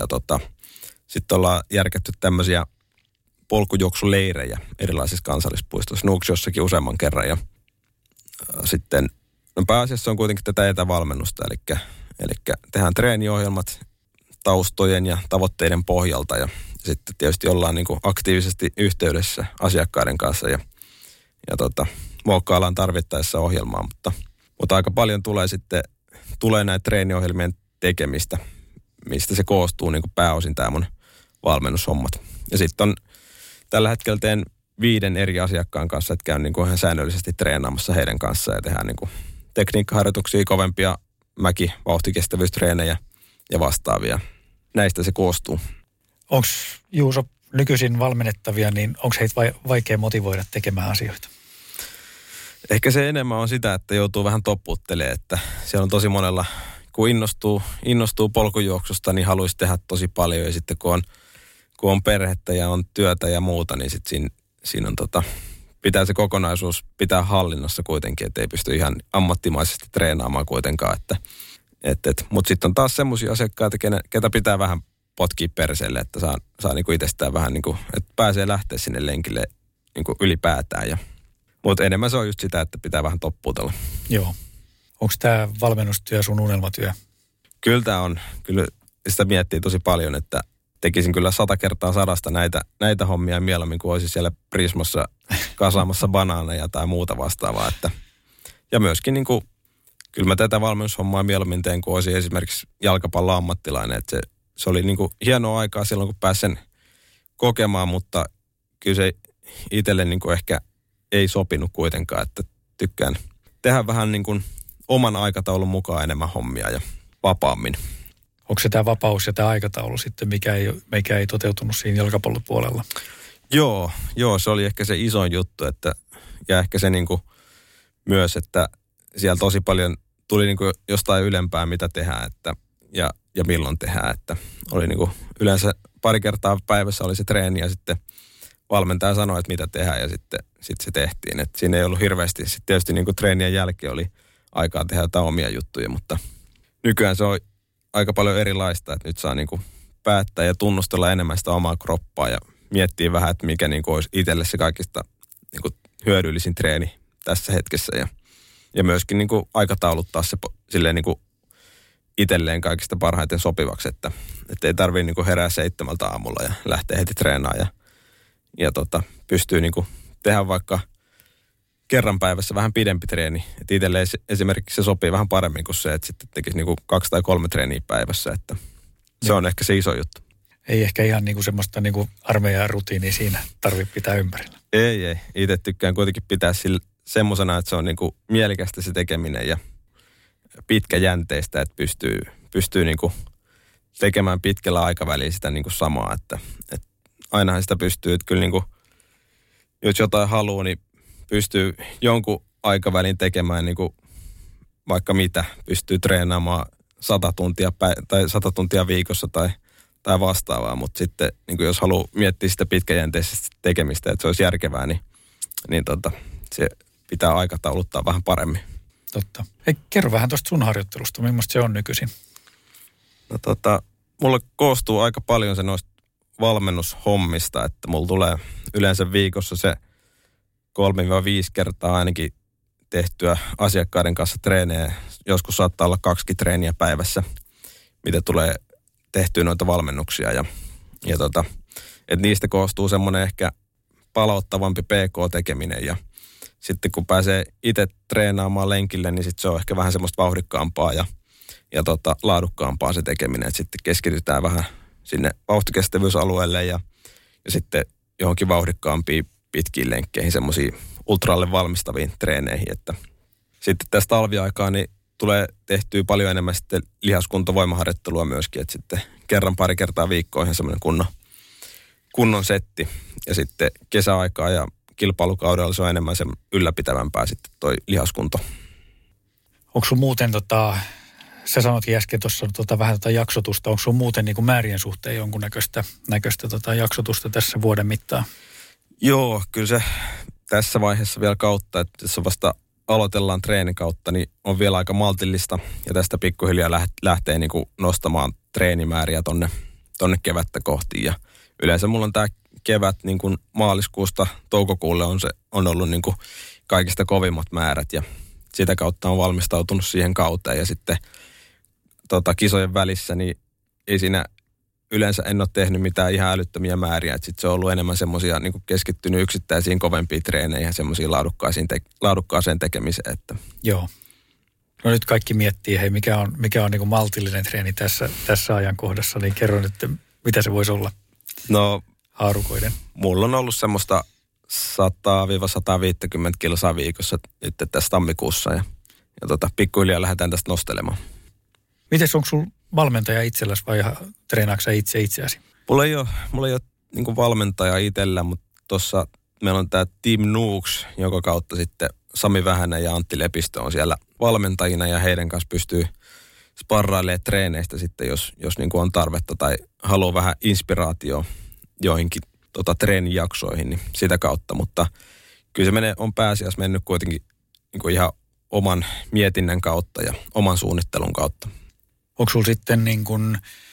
sitten ollaan järkätty tämmöisiä polkujuoksuleirejä erilaisissa kansallispuistoissa, Nuuksiossakin useamman kerran. Ja sitten pääasiassa on kuitenkin tätä etävalmennusta, eli tehdään treeniohjelmat taustojen ja tavoitteiden pohjalta ja sitten tietysti ollaan niin kuin aktiivisesti yhteydessä asiakkaiden kanssa ja muokkaillaan tarvittaessa ohjelmaa, mutta aika paljon tulee näitä treeniohjelmien tekemistä, mistä se koostuu niin kuin pääosin tämä mun valmennushommat. Ja sitten tällä hetkellä teen 5 eri asiakkaan kanssa, että käyn niin kuin ihan säännöllisesti treenaamassa heidän kanssaan ja tehdään niin kuin tekniikkaharjoituksia, kovempia vauhtikestävyystreenejä ja vastaavia. Näistä se koostuu. Onko Juuso nykyisin valmennettavia, niin onko heitä vaikea motivoida tekemään asioita? Ehkä se enemmän on sitä, että joutuu vähän toppuuttelemaan, että siellä on tosi monella, kun innostuu polkujuoksusta, niin haluaisi tehdä tosi paljon ja sitten kun on perhettä ja on työtä ja muuta, niin sitten siinä on pitää se kokonaisuus pitää hallinnassa kuitenkin, että ei pysty ihan ammattimaisesti treenaamaan kuitenkaan, mutta sitten on taas semmoisia asiakkaita, ketä pitää vähän potkia perseelle, että saa niinku itsestään vähän niinku, että pääsee lähteä sinne lenkille niinku ylipäätään. Mutta enemmän se on just sitä, että pitää vähän toppuutella. Joo. Onko tämä valmennustyö sun unelmatyö? Kyllä tämä on. Kyllä sitä miettii tosi paljon, että tekisin kyllä 100 kertaa 100 näitä hommia mieluummin kuin olisi siellä Prismassa kasaamassa banaaneja tai muuta vastaavaa. Ja myöskin niin kuin, kyllä mä tätä valmennushommaa mieluummin teen, kuin olisi esimerkiksi jalkapallon ammattilainen. Että se oli niin kuin hienoa aikaa silloin, kun pääsin sen kokemaan, mutta kyllä se itselle niin kuin ehkä ei sopinut kuitenkaan, että tykkään tehdä vähän niin kuin oman aikataulun mukaan enemmän hommia ja vapaammin. Onko se tämä vapaus ja tämä aikataulu sitten, mikä ei toteutunut siinä jalkapallopuolella? Joo, se oli ehkä se isoin juttu, ja ehkä se niin kuin myös, että siellä tosi paljon tuli niin kuin jostain ylempää, mitä tehdään, ja milloin tehdään, että oli niin kuin yleensä pari kertaa päivässä oli se treeni ja sitten valmentaja sanoi, että mitä tehdään ja sitten se tehtiin. Että siinä ei ollut hirveästi, sitten tietysti niin kuin treenien jälkeen oli aikaa tehdä jotain omia juttuja, mutta nykyään se on aika paljon erilaista, että nyt saa niin kuin päättää ja tunnustella enemmän sitä omaa kroppaa ja miettiä vähän, että mikä niin kuin olisi itselle se kaikista niin kuin hyödyllisin treeni tässä hetkessä ja myöskin niin kuin aikatauluttaa se silleen niin kuin itselleen kaikista parhaiten sopivaksi, että ei tarvitse niin kuin herää 7 aamulla ja lähteä heti treenaamaan ja pystyy niin kuin tehdä vaikka kerran päivässä vähän pidempi treeni. Että itselleen esimerkiksi se sopii vähän paremmin kuin se, että sitten tekisi niin kuin 2 tai 3 treeniä päivässä, että se on ehkä se iso juttu. Ei ehkä ihan niin kuin semmoista niin kuin armeijan rutiinia siinä tarvitse pitää ympärillä. Ei. Itse tykkään kuitenkin pitää semmoisena, että se on niin kuin mielekästä se tekeminen ja pitkäjänteistä, että pystyy niin kuin tekemään pitkällä aikavälillä sitä niin kuin samaa, että ainahan sitä pystyy, että kyllä niin kuin, jos jotain haluaa, niin pystyy jonkun aikavälin tekemään niin kuin vaikka mitä, pystyy treenaamaan 100 tuntia viikossa tai vastaavaa, mutta sitten niin kuin jos haluaa miettiä sitä pitkäjänteisesti tekemistä, että se olisi järkevää, niin se pitää aikatauluttaa vähän paremmin. Totta. Hei, kerro vähän tuosta sun harjoittelusta, millaista se on nykyisin? No mulla koostuu aika paljon se noista valmennushommista, että mulla tulee yleensä viikossa se 3-5 kertaa ainakin tehtyä asiakkaiden kanssa treenejä. Joskus saattaa olla 2 treeniä päivässä, mitä tulee tehtyä noita valmennuksia. Että niistä koostuu semmoinen ehkä palauttavampi PK-tekeminen ja sitten kun pääsee itse treenaamaan lenkille, niin sitten se on ehkä vähän semmoista vauhdikkaampaa ja laadukkaampaa se tekeminen. Että sitten keskitytään vähän sinne vauhtikestävyysalueelle ja sitten johonkin vauhdikkaampiin pitkiin lenkkeihin, semmoisiin ultralle valmistaviin treeneihin. Että sitten tästä talviaikaa niin tulee tehtyä paljon enemmän sitten lihaskuntovoimaharjoittelua myöskin, että sitten pari kertaa viikkoon ihan semmoinen kunnon setti. Ja sitten kesäaikaa ja kilpailukaudella se on enemmän sen ylläpitävämpää sitten toi lihaskunto. Onko sun muuten, sä sanotkin äsken tuossa vähän jaksotusta, onko sun muuten niin kuin määrien suhteen jonkunnäköistä jaksotusta tässä vuoden mittaan? Joo, kyllä se tässä vaiheessa vielä kautta, että jos vasta aloitellaan treenin kautta, niin on vielä aika maltillista ja tästä pikkuhiljaa lähtee niin kuin nostamaan treenimääriä tonne kevättä kohti ja yleensä mulla on tämä kevät niin kuin maaliskuusta toukokuulle on ollut niin kuin kaikista kovimmat määrät ja sitä kautta on valmistautunut siihen kauteen ja sitten kisojen välissä niin ei siinä yleensä en ole tehnyt mitään ihan älyttömiä määriä, että sitten se on ollut enemmän semmoisia niin kuin keskittynyt yksittäisiin kovempiin treeneihin ja semmoisiin laadukkaaseen tekemiseen. Että. Joo. No nyt kaikki miettii, hei mikä on niin kuin maltillinen treeni tässä ajankohdassa, niin kerro nyt, mitä se voisi olla? No haarukoiden. Mulla on ollut semmoista 100-150 kilsaa viikossa nyt tässä tammikuussa ja pikkuhiljaa lähdetään tästä nostelemaan. Mites onko sulla valmentaja itselläsi vai treenaatko sä itseäsi? Mulla ei ole niin kuin valmentaja itsellä, mutta tuossa meillä on tämä Team Nooks, jonka kautta sitten Sami Vähänen ja Antti Lepistö on siellä valmentajina ja heidän kanssa pystyy sparrailemaan treeneistä sitten, jos niin kuin on tarvetta tai haluaa vähän inspiraatioa joihinkin treenijaksoihin, niin sitä kautta. Mutta kyllä se on pääasiassa mennyt kuitenkin niin kuin ihan oman mietinnän kautta ja oman suunnittelun kautta. Onko sulla sitten niin kuin,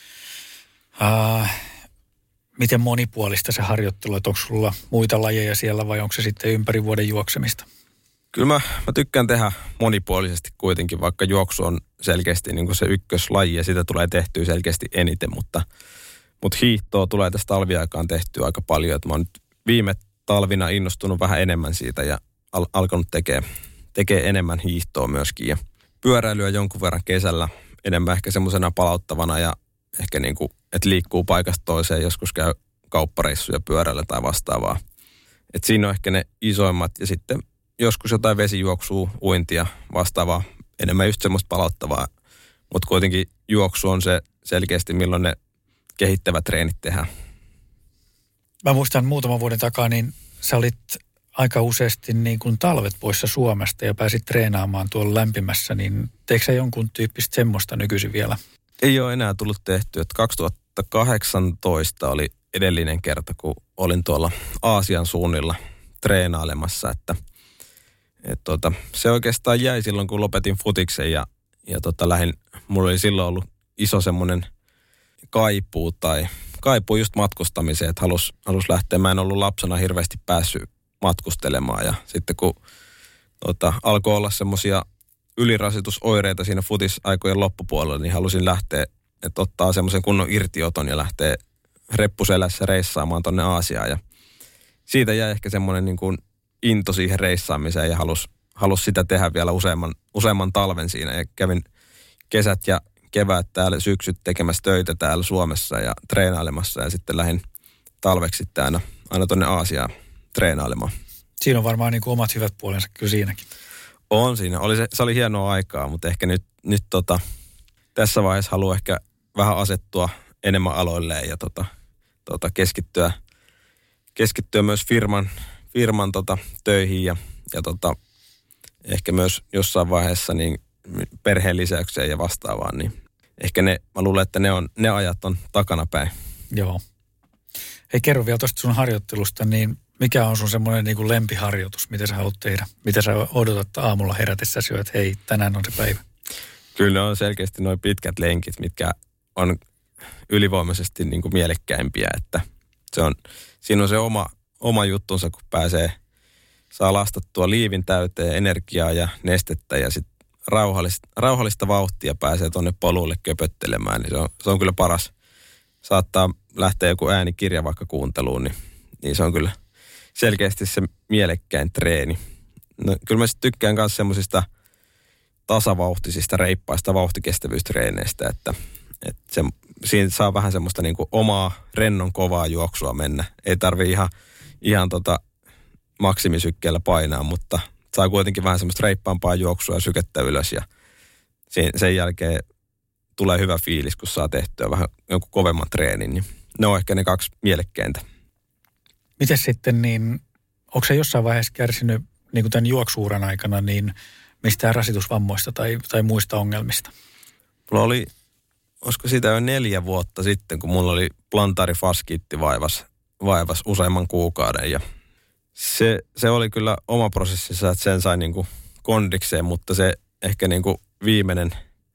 miten monipuolista se harjoittelu, että onko sulla muita lajeja siellä vai onko se sitten ympäri vuoden juoksemista? Kyllä mä tykkään tehdä monipuolisesti kuitenkin, vaikka juoksu on selkeästi niin kuin se ykköslaji ja sitä tulee tehtyä selkeästi eniten, mutta hiihtoa tulee tästä talviaikaan tehtyä aika paljon, että mä oon nyt viime talvina innostunut vähän enemmän siitä ja alkanut tekee enemmän hiihtoa myöskin ja pyöräilyä jonkun verran kesällä enemmän ehkä semmoisena palauttavana ja ehkä niin kuin että liikkuu paikasta toiseen, joskus käy kauppareissuja pyörällä tai vastaavaa. Et siinä on ehkä ne isoimmat ja sitten joskus jotain vesijuoksua, uintia, vastaavaa, enemmän just semmoista palauttavaa. Mutta kuitenkin juoksu on se selkeästi, milloin ne kehittävät treenit tehdään. Mä muistan muutaman vuoden takaa, niin sä olit aika useasti niin kuin talvet poissa Suomesta ja pääsit treenaamaan tuolla lämpimässä, niin teekö sä jonkun tyyppistä semmoista nykyisin vielä? Ei ole enää tullut tehty. 2018 oli edellinen kerta, kun olin tuolla Aasian suunnilla treenailemassa, että se oikeastaan jäi silloin, kun lopetin futiksen ja mulla oli silloin ollut iso semmoinen kaipuu just matkustamiseen, että halus lähteä. Mä en ollut lapsena hirveästi päässyt matkustelemaan ja sitten kun alkoi olla semmoisia ylirasitusoireita siinä futisaikojen loppupuolella, niin halusin lähteä, että ottaa semmoisen kunnon irtioton ja lähteä reppuselässä reissaamaan tonne Aasiaan. Ja siitä jäi ehkä semmoinen niin kuin into siihen reissaamiseen ja halus sitä tehdä vielä useamman talven siinä. Ja kävin kesät ja kevät täällä, syksyt tekemässä töitä täällä Suomessa ja treenailemassa ja sitten lähdin talveksi sitten aina tonne Aasiaan treenailemaan. Siinä on varmaan niin kuin omat hyvät puolensa kyllä siinäkin. On siinä. Se oli hienoa aikaa, mutta ehkä nyt tässä vaiheessa haluan ehkä vähän asettua enemmän aloilleen ja keskittyä myös firman töihin ja ehkä myös jossain vaiheessa niin perheen lisäykseen ja vastaavaan, niin ehkä mä luulen, että ne ajat on takanapäin. Joo. Hei, kerro vielä tuosta sun harjoittelusta, niin mikä on sun semmoinen niin kuin lempiharjoitus, mitä sä haluat tehdä? Mitä sä odotat aamulla herätessäsi jo, että hei, tänään on se päivä? Kyllä on selkeästi nuo pitkät lenkit, mitkä on ylivoimaisesti niin kuin mielekkäimpiä, että siinä on se oma juttunsa, kun saa lastattua liivin täyteen energiaa ja nestettä ja sitten rauhallista vauhtia pääsee tuonne polulle köpöttelemään, niin se on kyllä paras. Saattaa lähteä joku äänikirja vaikka kuunteluun, niin se on kyllä selkeästi se mielekkäin treeni. No, kyllä mä sitten tykkään myös semmoisista tasavauhtisista, reippaista vauhtikestävyystreeneistä, että siinä saa vähän semmoista niinku omaa rennon kovaa juoksua mennä. Ei tarvi ihan maksimisykkeellä painaa, mutta saa kuitenkin vähän semmoista reippaampaa juoksua ja sykettä ylös ja sen jälkeen tulee hyvä fiilis, kun saa tehtyä vähän jonkun kovemman treenin, niin ne on ehkä ne kaksi mielekkäintä. Miten sitten, niin onko se jossain vaiheessa kärsinyt niin kuin tämän juoksuuran aikana niin mistään rasitusvammoista tai muista ongelmista? Mulla oli, olisiko siitä jo 4 vuotta sitten, kun mulla oli plantaarifaskiitti vaivas useamman kuukauden ja se oli kyllä oma prosessissa, että sen sai niinku kondikseen, mutta se ehkä niinku viimeinen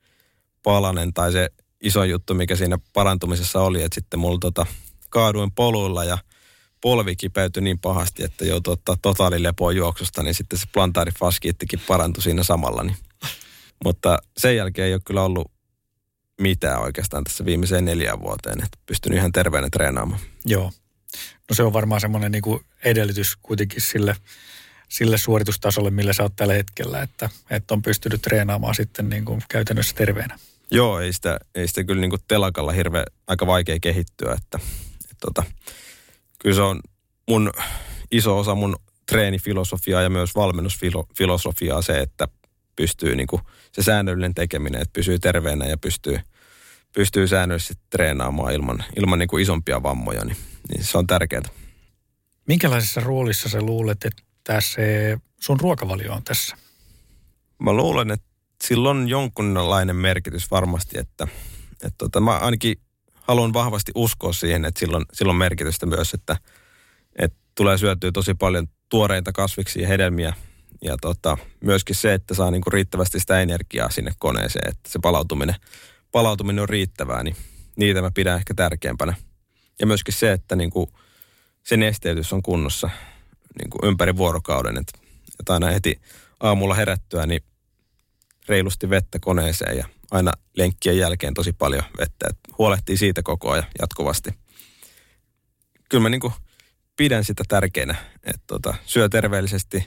palanen tai se iso juttu, mikä siinä parantumisessa oli, että sitten mulla kaaduin poluilla ja polvi kipeytyi niin pahasti, että joutui ottaa totaalilepoa juoksusta, niin sitten se plantaarifaskiittikin parantui siinä samalla. Niin. Mutta sen jälkeen ei ole kyllä ollut mitään oikeastaan tässä viimeiseen 4 vuoteen, että pystynyt ihan terveenä treenaamaan. Joo. No se on varmaan semmoinen niin kuin edellytys kuitenkin sille suoritustasolle, millä sä oot tällä hetkellä, että on pystynyt treenaamaan sitten niin kuin käytännössä terveenä. Joo, ei sitä kyllä niin kuin telakalla aika vaikea kehittyä, että kyllä se on iso osa mun treenifilosofiaa ja myös valmennusfilosofiaa se, että pystyy niin kuin se säännöllinen tekeminen, että pysyy terveenä ja pystyy säännöllisesti treenaamaan ilman niin kuin isompia vammoja, niin se on tärkeää. Minkälaisessa roolissa sä luulet, että se sun ruokavalio on tässä? Mä luulen, että sillä on jonkunlainen merkitys varmasti, että mä ainakin haluan vahvasti uskoa siihen, että sillä on merkitystä myös, että tulee syötyä tosi paljon tuoreita kasviksia ja hedelmiä ja myöskin se, että saa niinku riittävästi sitä energiaa sinne koneeseen, että se palautuminen on riittävää, niin niitä mä pidän ehkä tärkeämpänä. Ja myöskin se, että niinku se nesteytys on kunnossa niinku ympäri vuorokauden, että aina heti aamulla herättyä, niin reilusti vettä koneeseen ja aina lenkkien jälkeen tosi paljon vettä, että huolehtii siitä koko ajan jatkuvasti. Kyllä mä niinku pidän sitä tärkeänä, että syö terveellisesti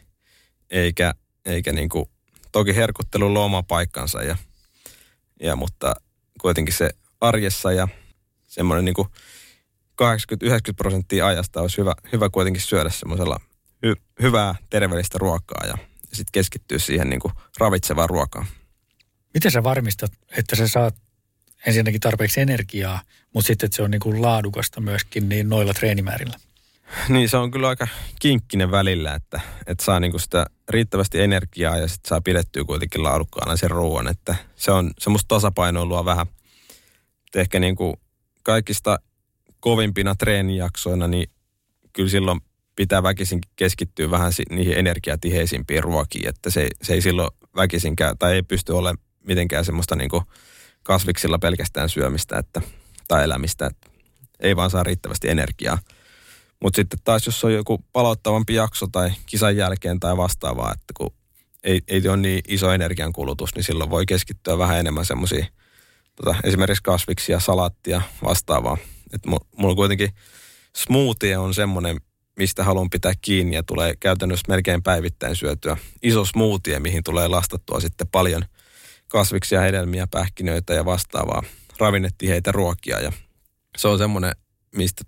eikä niinku, toki herkuttelulla on oma paikkansa mutta kuitenkin se arjessa ja semmoinen niin kuin 80-90% ajasta olisi hyvä kuitenkin syödä semmoisella hyvää terveellistä ruokaa ja sitten keskittyä siihen niin kuin ravitsevaan ruokaan. Miten sä varmistat, että sä saat ensinnäkin tarpeeksi energiaa, mutta sitten, että se on niin kuin laadukasta myöskin niin noilla treenimäärillä? Niin, se on kyllä aika kinkkinen välillä, että saa niin kuin sitä riittävästi energiaa ja sitten saa pidettyä kuitenkin laadukkaana sen ruoan, että se on semmoista tasapainoilua vähän. Ehkä niin kuin kaikista kovimpina treenijaksoina, niin kyllä silloin pitää väkisinkin keskittyä vähän niihin energiatiheisimpiin ruokiin, että se ei silloin väkisinkään, tai ei pysty olemaan mitenkään semmoista niin kuin kasviksilla pelkästään syömistä tai elämistä, että ei vaan saa riittävästi energiaa. Mutta sitten taas, jos on joku palauttavampi jakso tai kisan jälkeen tai vastaavaa, että kun ei ole niin iso energiankulutus, niin silloin voi keskittyä vähän enemmän semmoisia esimerkiksi kasviksia, salaattia, vastaavaa. Että mulla kuitenkin smoothie on semmoinen, mistä haluan pitää kiinni ja tulee käytännössä melkein päivittäin syötyä. Iso smoothie, mihin tulee lastattua sitten paljon kasviksia, hedelmiä, pähkinöitä ja vastaavaa ravinnetiheitä ruokia. Ja se on semmoinen, mistä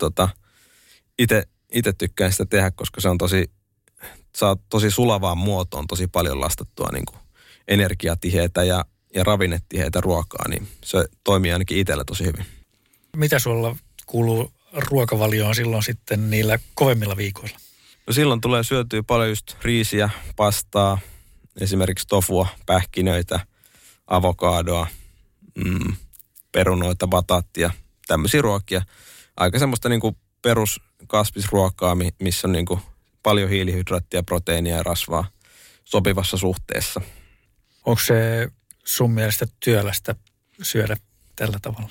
itse tykkään sitä tehdä, koska se on saa tosi sulavaan muotoon tosi paljon lastattua niin kuin energiatiheitä ja ravinnetiheitä ruokaa, niin se toimii ainakin itsellä tosi hyvin. Mitä sulla kuuluu ruokavalioon silloin sitten niillä kovemmilla viikoilla? No silloin tulee syötyä paljon just riisiä, pastaa, esimerkiksi tofua, pähkinöitä, avokadoa, perunoita, bataattia, tämmöisiä ruokia. Aika semmoista niin kuin peruskasvisruokaa, missä on niin kuin paljon hiilihydraattia, proteiinia ja rasvaa sopivassa suhteessa. Onko se sun mielestä työlästä syödä tällä tavalla?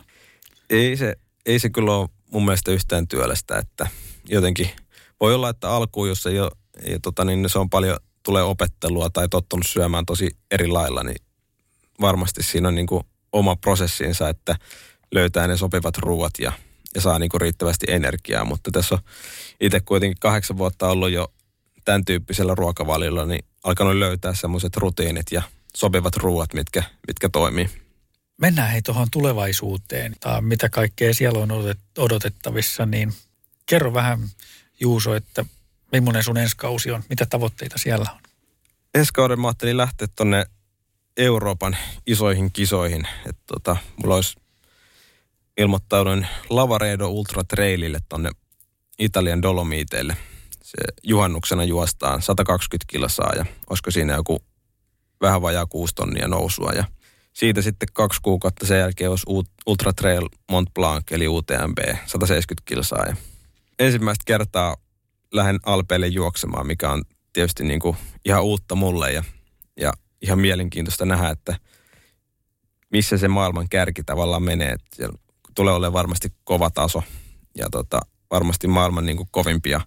Ei se kyllä ole mun mielestä yhtään työlästä, että jotenkin voi olla, että alkuun, jos ei ole, niin se on paljon, tulee opettelua tai tottunut syömään tosi eri lailla, niin varmasti siinä on niin kuin oma prosessinsa, että löytää ne sopivat ruuat ja saa niin kuin riittävästi energiaa, mutta tässä on itse kuitenkin 8 vuotta ollut jo tämän tyyppisellä ruokavalilla, niin alkanut löytää semmoiset rutiinit ja sopivat ruuat, mitkä toimii. Mennään hei tuohon tulevaisuuteen, tai mitä kaikkea siellä on odotettavissa, niin kerro vähän Juuso, että millainen sun ensi kausi on, mitä tavoitteita siellä on? Ensi kauden mä ajattelin lähteä tonne Euroopan isoihin kisoihin, että mulla olisi ilmoittauduin Lavaredo Ultra Trailille tonne Italian Dolomiteille. Se juhannuksena juostaan 120 kilsaa ja olisiko siinä joku vähän vajaa 6 tonnia nousua ja siitä sitten 2 kuukautta sen jälkeen olisi Ultra Trail Mont Blanc eli UTMB 170 kilsaa ja ensimmäistä kertaa lähden Alpeille juoksemaan, mikä on tietysti niin kuin ihan uutta mulle ja ihan mielenkiintoista nähdä, että missä se maailman kärki tavallaan menee. Että siellä tulee olemaan varmasti kova taso ja varmasti maailman niin kuin kovimpia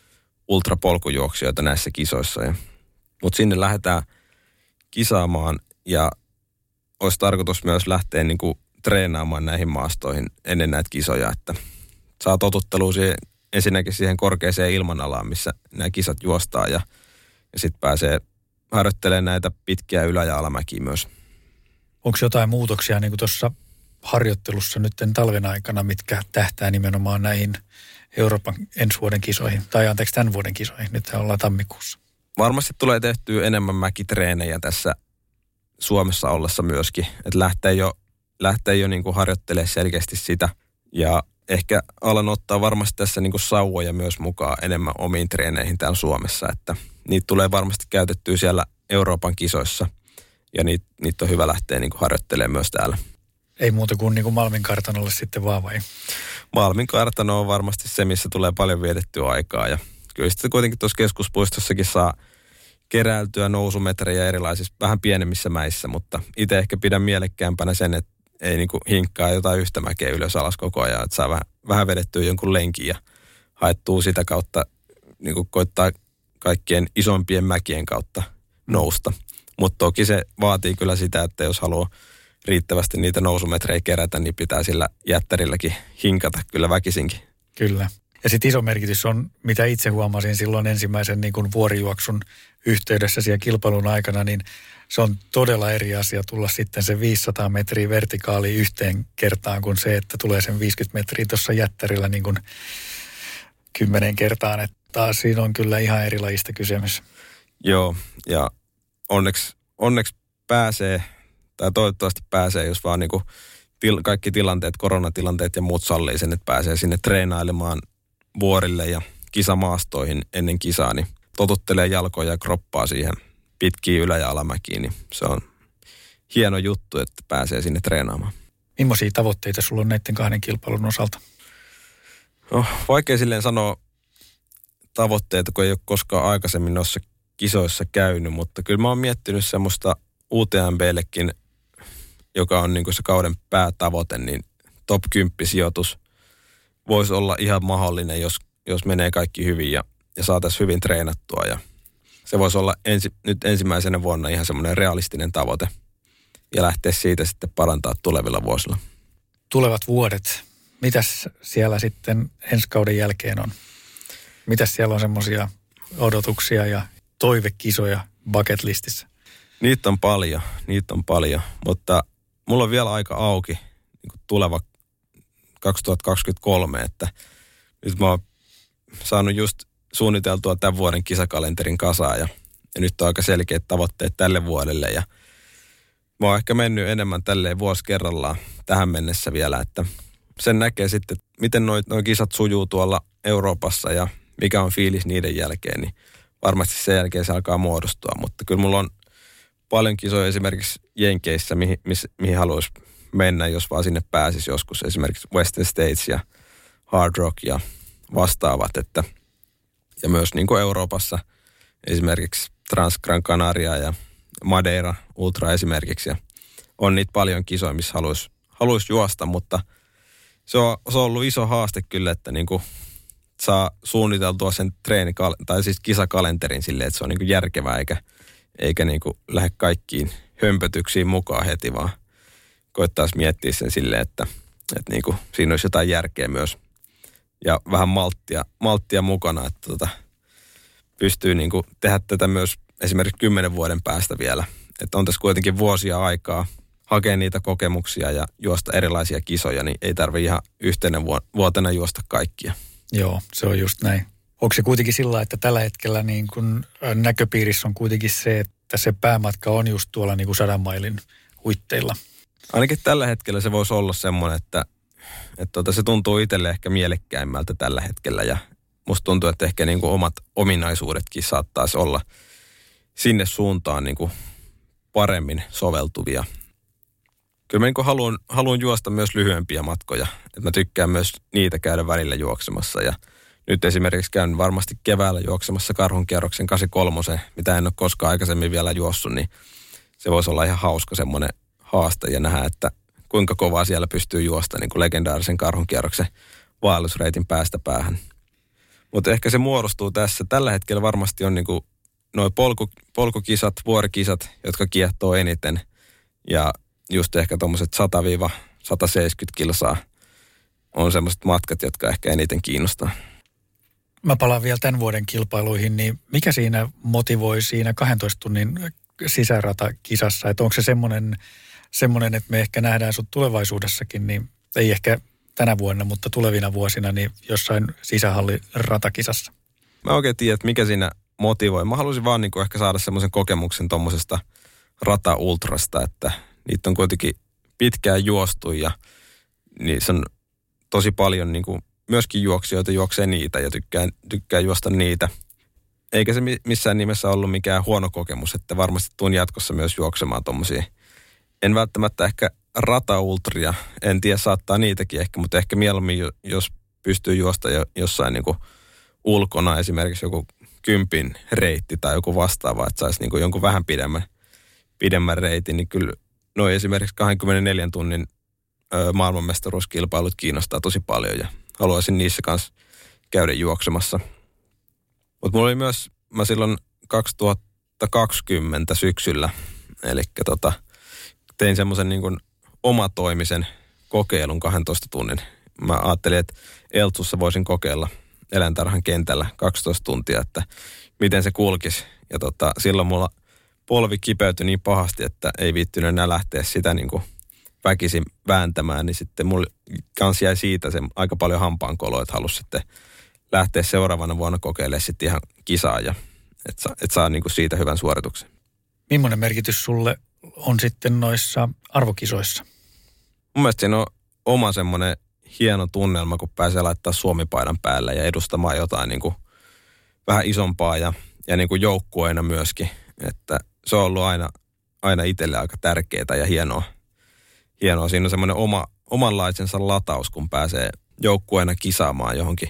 ultrapolkujuoksijoita näissä kisoissa. Mutta sinne lähdetään kisaamaan ja olisi tarkoitus myös lähteä niin kuin treenaamaan näihin maastoihin ennen näitä kisoja, että saa totuttelua ensinnäkin siihen korkeaseen ilmanalaan, missä nämä kisat juostaan ja sitten pääsee harjoittelemaan näitä pitkiä ylä- ja alamäkiä myös. Onko jotain muutoksia niin kuin tuossa harjoittelussa nyt talven aikana, mitkä tähtää nimenomaan näihin Euroopan ensi vuoden kisoihin, tai anteeksi tämän vuoden kisoihin, nyt ollaan tammikuussa? Varmasti tulee tehtyä enemmän mäkitreenejä tässä Suomessa ollessa myöskin, että lähtee jo niin kuin harjoittelemaan selkeästi sitä ja ehkä alan ottaa varmasti tässä niin kuin sauvoja myös mukaan enemmän omiin treeneihin täällä Suomessa, että niitä tulee varmasti käytettyä siellä Euroopan kisoissa ja niitä on hyvä lähteä niin kuin harjoittelemaan myös täällä. Ei muuta kuin, niin kuin Malmin kartanolle sitten vaan vai? Malmin kartano on varmasti se, missä tulee paljon vietettyä aikaa ja kyllä sitten kuitenkin tuossa keskuspuistossakin saa keräiltyä nousumetrejä erilaisissa vähän pienemmissä mäissä, mutta itse ehkä pidän mielekkäämpänä sen, että ei niin kuin hinkkaa jotain yhtä mäkeä ylös alas koko ajan, että saa vähän vedettyä jonkun lenkin ja haettua sitä kautta, niin kuin koittaa kaikkien isompien mäkien kautta nousta. Mutta toki se vaatii kyllä sitä, että jos haluaa riittävästi niitä nousumetrejä kerätä, niin pitää sillä jättärilläkin hinkata kyllä väkisinkin. Kyllä. Ja sitten iso merkitys on, mitä itse huomasin silloin ensimmäisen niin kuin vuorijuoksun yhteydessä siellä kilpailun aikana, niin se on todella eri asia tulla sitten se 500 metriä vertikaali yhteen kertaan kuin se, että tulee sen 50 metriä tuossa jättärillä niin kuin 10 kertaan. Että taas siinä on kyllä ihan eri lajista kysymys. Joo, ja onneksi pääsee, tai toivottavasti pääsee, jos vaan niin kuin kaikki tilanteet, koronatilanteet ja muut sallii sen, että pääsee sinne treenailemaan vuorille ja kisamaastoihin ennen kisaa, niin totuttelee jalkoja ja kroppaa siihen pitkiin ylä- ja alamäkiin, niin se on hieno juttu, että pääsee sinne treenaamaan. Millaisia tavoitteita sulla on näiden 2 kilpailun osalta? No, vaikea silleen sanoa tavoitteita, kun ei ole koskaan aikaisemmin noissa kisoissa käynyt, mutta kyllä mä oon miettinyt semmoista UTMB:llekin, joka on niin kuin se kauden päätavoite, niin top 10 sijoitus voisi olla ihan mahdollinen, jos menee kaikki hyvin ja saataisiin hyvin treenattua. Ja se voisi olla nyt ensimmäisenä vuonna ihan semmoinen realistinen tavoite ja lähteä siitä sitten parantaa tulevilla vuosilla. Tulevat vuodet, mitäs siellä sitten ensi kauden jälkeen on? Mitäs siellä on semmoisia odotuksia ja toivekisoja bucket listissä? Niitä on paljon, mutta mulla on vielä aika auki niin tuleva 2023, että nyt mä oon saanut just suunniteltua tämän vuoden kisakalenterin kasaan ja nyt on aika selkeät tavoitteet tälle vuodelle ja mä oon ehkä mennyt enemmän tälleen vuosi kerrallaan tähän mennessä vielä, että sen näkee sitten, miten noi kisat sujuu tuolla Euroopassa ja mikä on fiilis niiden jälkeen, niin varmasti sen jälkeen se alkaa muodostua, mutta kyllä mulla on paljon kisoja esimerkiksi Jenkeissä, mihin haluaisi mennä, jos vaan sinne pääsisi joskus. Esimerkiksi Western States ja Hard Rock ja vastaavat. Ja myös niin kuin Euroopassa esimerkiksi Trans-Gran Canaria ja Madeira Ultra esimerkiksi. Ja on niitä paljon kisoja, missä haluaisi juosta, mutta se on ollut iso haaste kyllä, että niin kuin saa suunniteltua sen tai siis kisakalenterin silleen, että se on niin kuin järkevää eikä niin kuin lähde kaikkiin hömpötyksiin mukaan heti, vaan koittaisi miettiä sen silleen, että niin kuin siinä olisi jotain järkeä myös. Ja vähän malttia mukana, että pystyy niin kuin tehdä tätä myös esimerkiksi 10 vuoden päästä vielä. Että on tässä kuitenkin vuosia aikaa hakea niitä kokemuksia ja juosta erilaisia kisoja, niin ei tarvitse ihan yhtenä vuotena juosta kaikkia. Joo, se on just näin. Onko se kuitenkin sillä, että tällä hetkellä niin kun näköpiirissä on kuitenkin se, että se päämatka on just tuolla niin kuin 100 mailin huitteilla? Ainakin tällä hetkellä se voisi olla semmoinen, että se tuntuu itselle ehkä mielekkäimmältä tällä hetkellä. Ja musta tuntuu, että ehkä niin kuin omat ominaisuudetkin saattaisi olla sinne suuntaan niin kuin paremmin soveltuvia. Kyllä mä niin kuin haluan juosta myös lyhyempiä matkoja. Että mä tykkään myös niitä käydä välillä juoksemassa ja nyt esimerkiksi käyn varmasti keväällä juoksemassa Karhunkierroksen 83, mitä en ole koskaan aikaisemmin vielä juossut, niin se voisi olla ihan hauska semmoinen haaste ja nähdä, että kuinka kovaa siellä pystyy juosta niin kuin legendaarisen Karhunkierroksen vaellusreitin päästä päähän. Mutta ehkä se muodostuu tässä. Tällä hetkellä varmasti on niin kuin nuo polkukisat, vuorikisat, jotka kiehtoo eniten ja just ehkä tuommoiset 100-170 kilsaa on semmoiset matkat, jotka ehkä eniten kiinnostaa. Mä palaan vielä tämän vuoden kilpailuihin, niin mikä siinä motivoi siinä 12 tunnin sisäratakisassa? Että onko se semmoinen, että me ehkä nähdään sut tulevaisuudessakin, niin ei ehkä tänä vuonna, mutta tulevina vuosina, niin jossain sisähalliratakisassa? Mä oikein tiedän, että mikä siinä motivoi. Mä haluaisin vaan niin kuin ehkä saada semmoisen kokemuksen tuommoisesta rata-ultrasta, että niitä on kuitenkin pitkään juostu ja niissä on tosi paljon niin kuin myöskin juoksijoita juoksee niitä ja tykkää juosta niitä. Eikä se missään nimessä ollut mikään huono kokemus, että varmasti tuun jatkossa myös juoksemaan tommosia. En välttämättä ehkä rata-ultria, en tiedä, saattaa niitäkin ehkä, mutta ehkä mieluummin, jos pystyy juosta jossain niin kuin ulkona, esimerkiksi joku 10 reitti tai joku vastaava, että saisi niin kuin jonkun vähän pidemmän reitin, niin kyllä noin esimerkiksi 24 tunnin maailmanmestaruuskilpailut kiinnostaa tosi paljon ja haluaisin niissä kanssa käydä juoksemassa. Mutta mulla oli myös, mä silloin 2020 syksyllä, eli tein semmoisen niin kuin omatoimisen kokeilun 12 tunnin. Mä ajattelin, että Eltsussa voisin kokeilla eläintarhan kentällä 12 tuntia, että miten se kulkisi. Ja silloin mulla polvi kipeytyi niin pahasti, että ei viittynyt enää lähteä sitä niin kuin väkisin vääntämään, niin sitten mulla kans jäi siitä se aika paljon hampaankoloa, että halusi sitten lähteä seuraavana vuonna kokeilemaan sitten ihan kisaa ja että saa niin kuin siitä hyvän suorituksen. Millainen merkitys sulle on sitten noissa arvokisoissa? Mun mielestä siinä on oma semmoinen hieno tunnelma, kun pääsee laittaa Suomi-paidan päälle ja edustamaan jotain niin kuin vähän isompaa ja niin kuin joukkueena myöskin. Että se on ollut aina itselle aika tärkeää ja hienoa. Siinä on semmoinen omanlaisensa lataus, kun pääsee joukkueena kisaamaan johonkin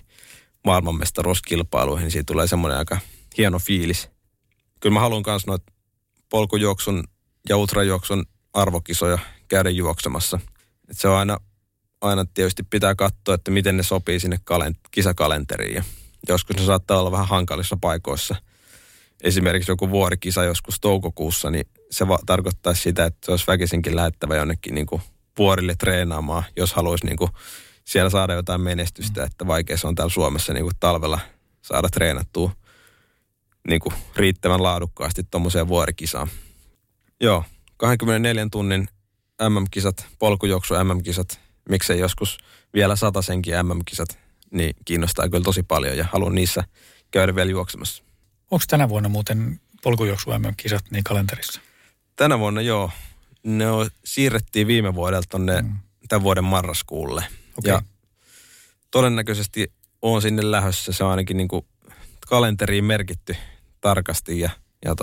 maailmanmestaruuskilpailuihin. Siitä tulee semmoinen aika hieno fiilis. Kyllä mä haluan myös noita polkujuoksun ja ultrajuoksun arvokisoja käydä juoksemassa. Et se on aina tietysti pitää katsoa, että miten ne sopii sinne kisakalenteriin. Ja joskus ne saattaa olla vähän hankalissa paikoissa. Esimerkiksi joku vuorikisa joskus toukokuussa, niin se tarkoittaisi sitä, että se olisi väkisinkin lähettävä jonnekin niin kuin vuorille treenaamaan, jos haluaisi niin kuin siellä saada jotain menestystä, että vaikea se on täällä Suomessa niin kuin talvella saada treenattua niin kuin riittävän laadukkaasti tuommoiseen vuorikisaan. Joo, 24 tunnin MM-kisat, polkujuoksu MM-kisat, miksei joskus vielä 100-senkin MM-kisat, niin kiinnostaa kyllä tosi paljon ja haluan niissä käydä vielä juoksemassa. Onko tänä vuonna muuten polkujuoksu MM-kisat niin kalenterissa? Tänä vuonna joo. Ne siirrettiin viime vuodelta tonne tämän vuoden marraskuulle. Okay. Ja todennäköisesti on sinne lähdössä. Se on ainakin niin kuin kalenteriin merkitty tarkasti. Ja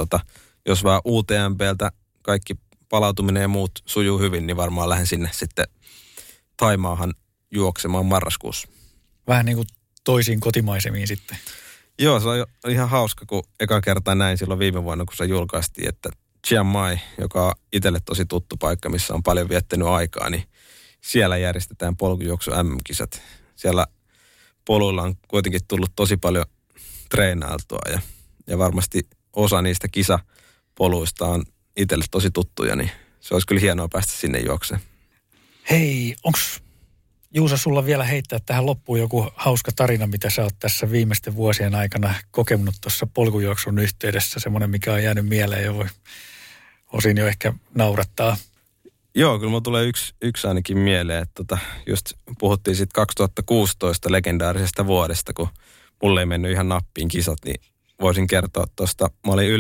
jos vaan UTMPltä kaikki palautuminen ja muut sujuu hyvin, niin varmaan lähden sinne sitten Taimaahan juoksemaan marraskuussa. Vähän niin kuin toisiin kotimaisemiin sitten. Joo, se on ihan hauska, kun eka kertaa näin silloin viime vuonna, kun se julkaistiin, että Chiang Mai, joka on itselle tosi tuttu paikka, missä on paljon viettänyt aikaa, niin siellä järjestetään polkujuoksu MM-kisat. Siellä poluilla on kuitenkin tullut tosi paljon treenailtua ja varmasti osa niistä kisapoluista on itselle tosi tuttuja, niin se olisi kyllä hienoa päästä sinne juokseen. Hei, onko Juuso sulla vielä heittää tähän loppuun joku hauska tarina, mitä sä oot tässä viimeisten vuosien aikana kokenut tuossa polkujuoksun yhteydessä, semmoinen mikä on jäänyt mieleen ja voi osin jo ehkä naurattaa? Joo, kyllä mulla tulee yksi ainakin mieleen, että just puhuttiin sitten 2016 legendaarisesta vuodesta, kun mulle ei mennyt ihan nappiin kisat, niin voisin kertoa tuosta. Mä olin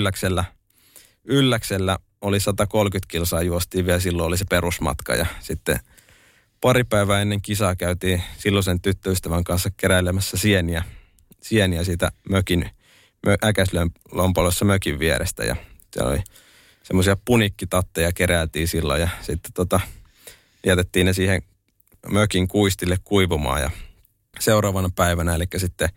Ylläksellä oli 130 kilsaa juostiin vielä, silloin oli se perusmatka ja sitten pari päivää ennen kisaa käytiin silloisen tyttöystävän kanssa keräilemässä sieniä siitä Äkäslompolossa mökin vierestä ja siellä oli semmoisia punikkitatteja keräiltiin silloin ja sitten jätettiin ne siihen mökin kuistille kuivumaan ja seuraavana päivänä, eli sitten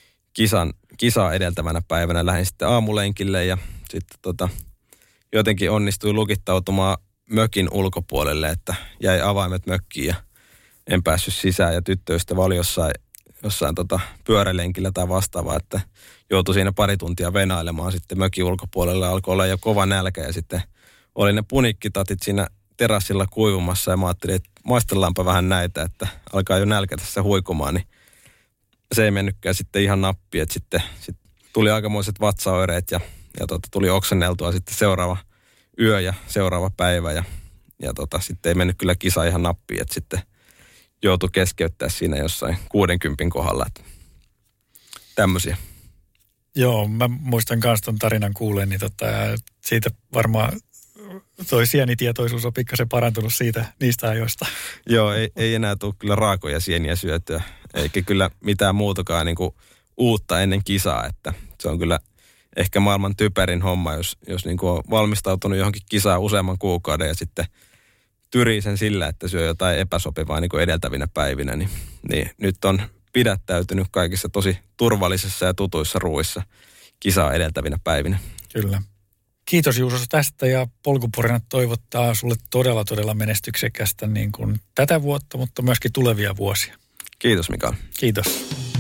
kisaa edeltävänä päivänä lähdin sitten aamulenkille ja sitten jotenkin onnistui lukittautumaan mökin ulkopuolelle, että jäi avaimet mökkiin ja en päässyt sisään ja tyttöystävä oli jossain pyörälenkillä tai vastaavaa, että joutui siinä pari tuntia venailemaan sitten mökin ulkopuolelle, alkoi olla jo kova nälkä ja sitten oli ne punikkitatit siinä terassilla kuivumassa ja mä ajattelin, että maistellaanpa vähän näitä, että alkaa jo nälkä tässä huikumaan, niin se ei mennytkään sitten ihan nappiin, että sitten tuli aikamoiset vatsaoireet ja tuli oksenneltua sitten seuraava yö ja seuraava päivä ja sitten ei mennyt kyllä kisa ihan nappiin, että sitten joutui keskeyttää siinä jossain 60 kohdalla, että tämmöisiä. Joo, mä muistan myös ton tarinan kuuleen, niin siitä varmaan toi sienitietoisuus on pikkasen parantunut niistä ajoista. Joo, ei enää tule kyllä raakoja sieniä syötyä, eikä kyllä mitään muutakaan niin kuin uutta ennen kisaa, että se on kyllä ehkä maailman typerin homma, jos niin kuin on valmistautunut johonkin kisaan useamman kuukauden ja sitten tyrii sen sillä, että syö jotain epäsopivaa niin kuin edeltävinä päivinä, niin nyt on pidättäytynyt kaikissa tosi turvallisissa ja tutuissa ruuissa kisaa edeltävinä päivinä. Kyllä. Kiitos Juuso tästä ja Polkuporinat toivottaa sulle todella menestyksekästä niin kuin tätä vuotta, mutta myöskin tulevia vuosia. Kiitos Mikael. Kiitos.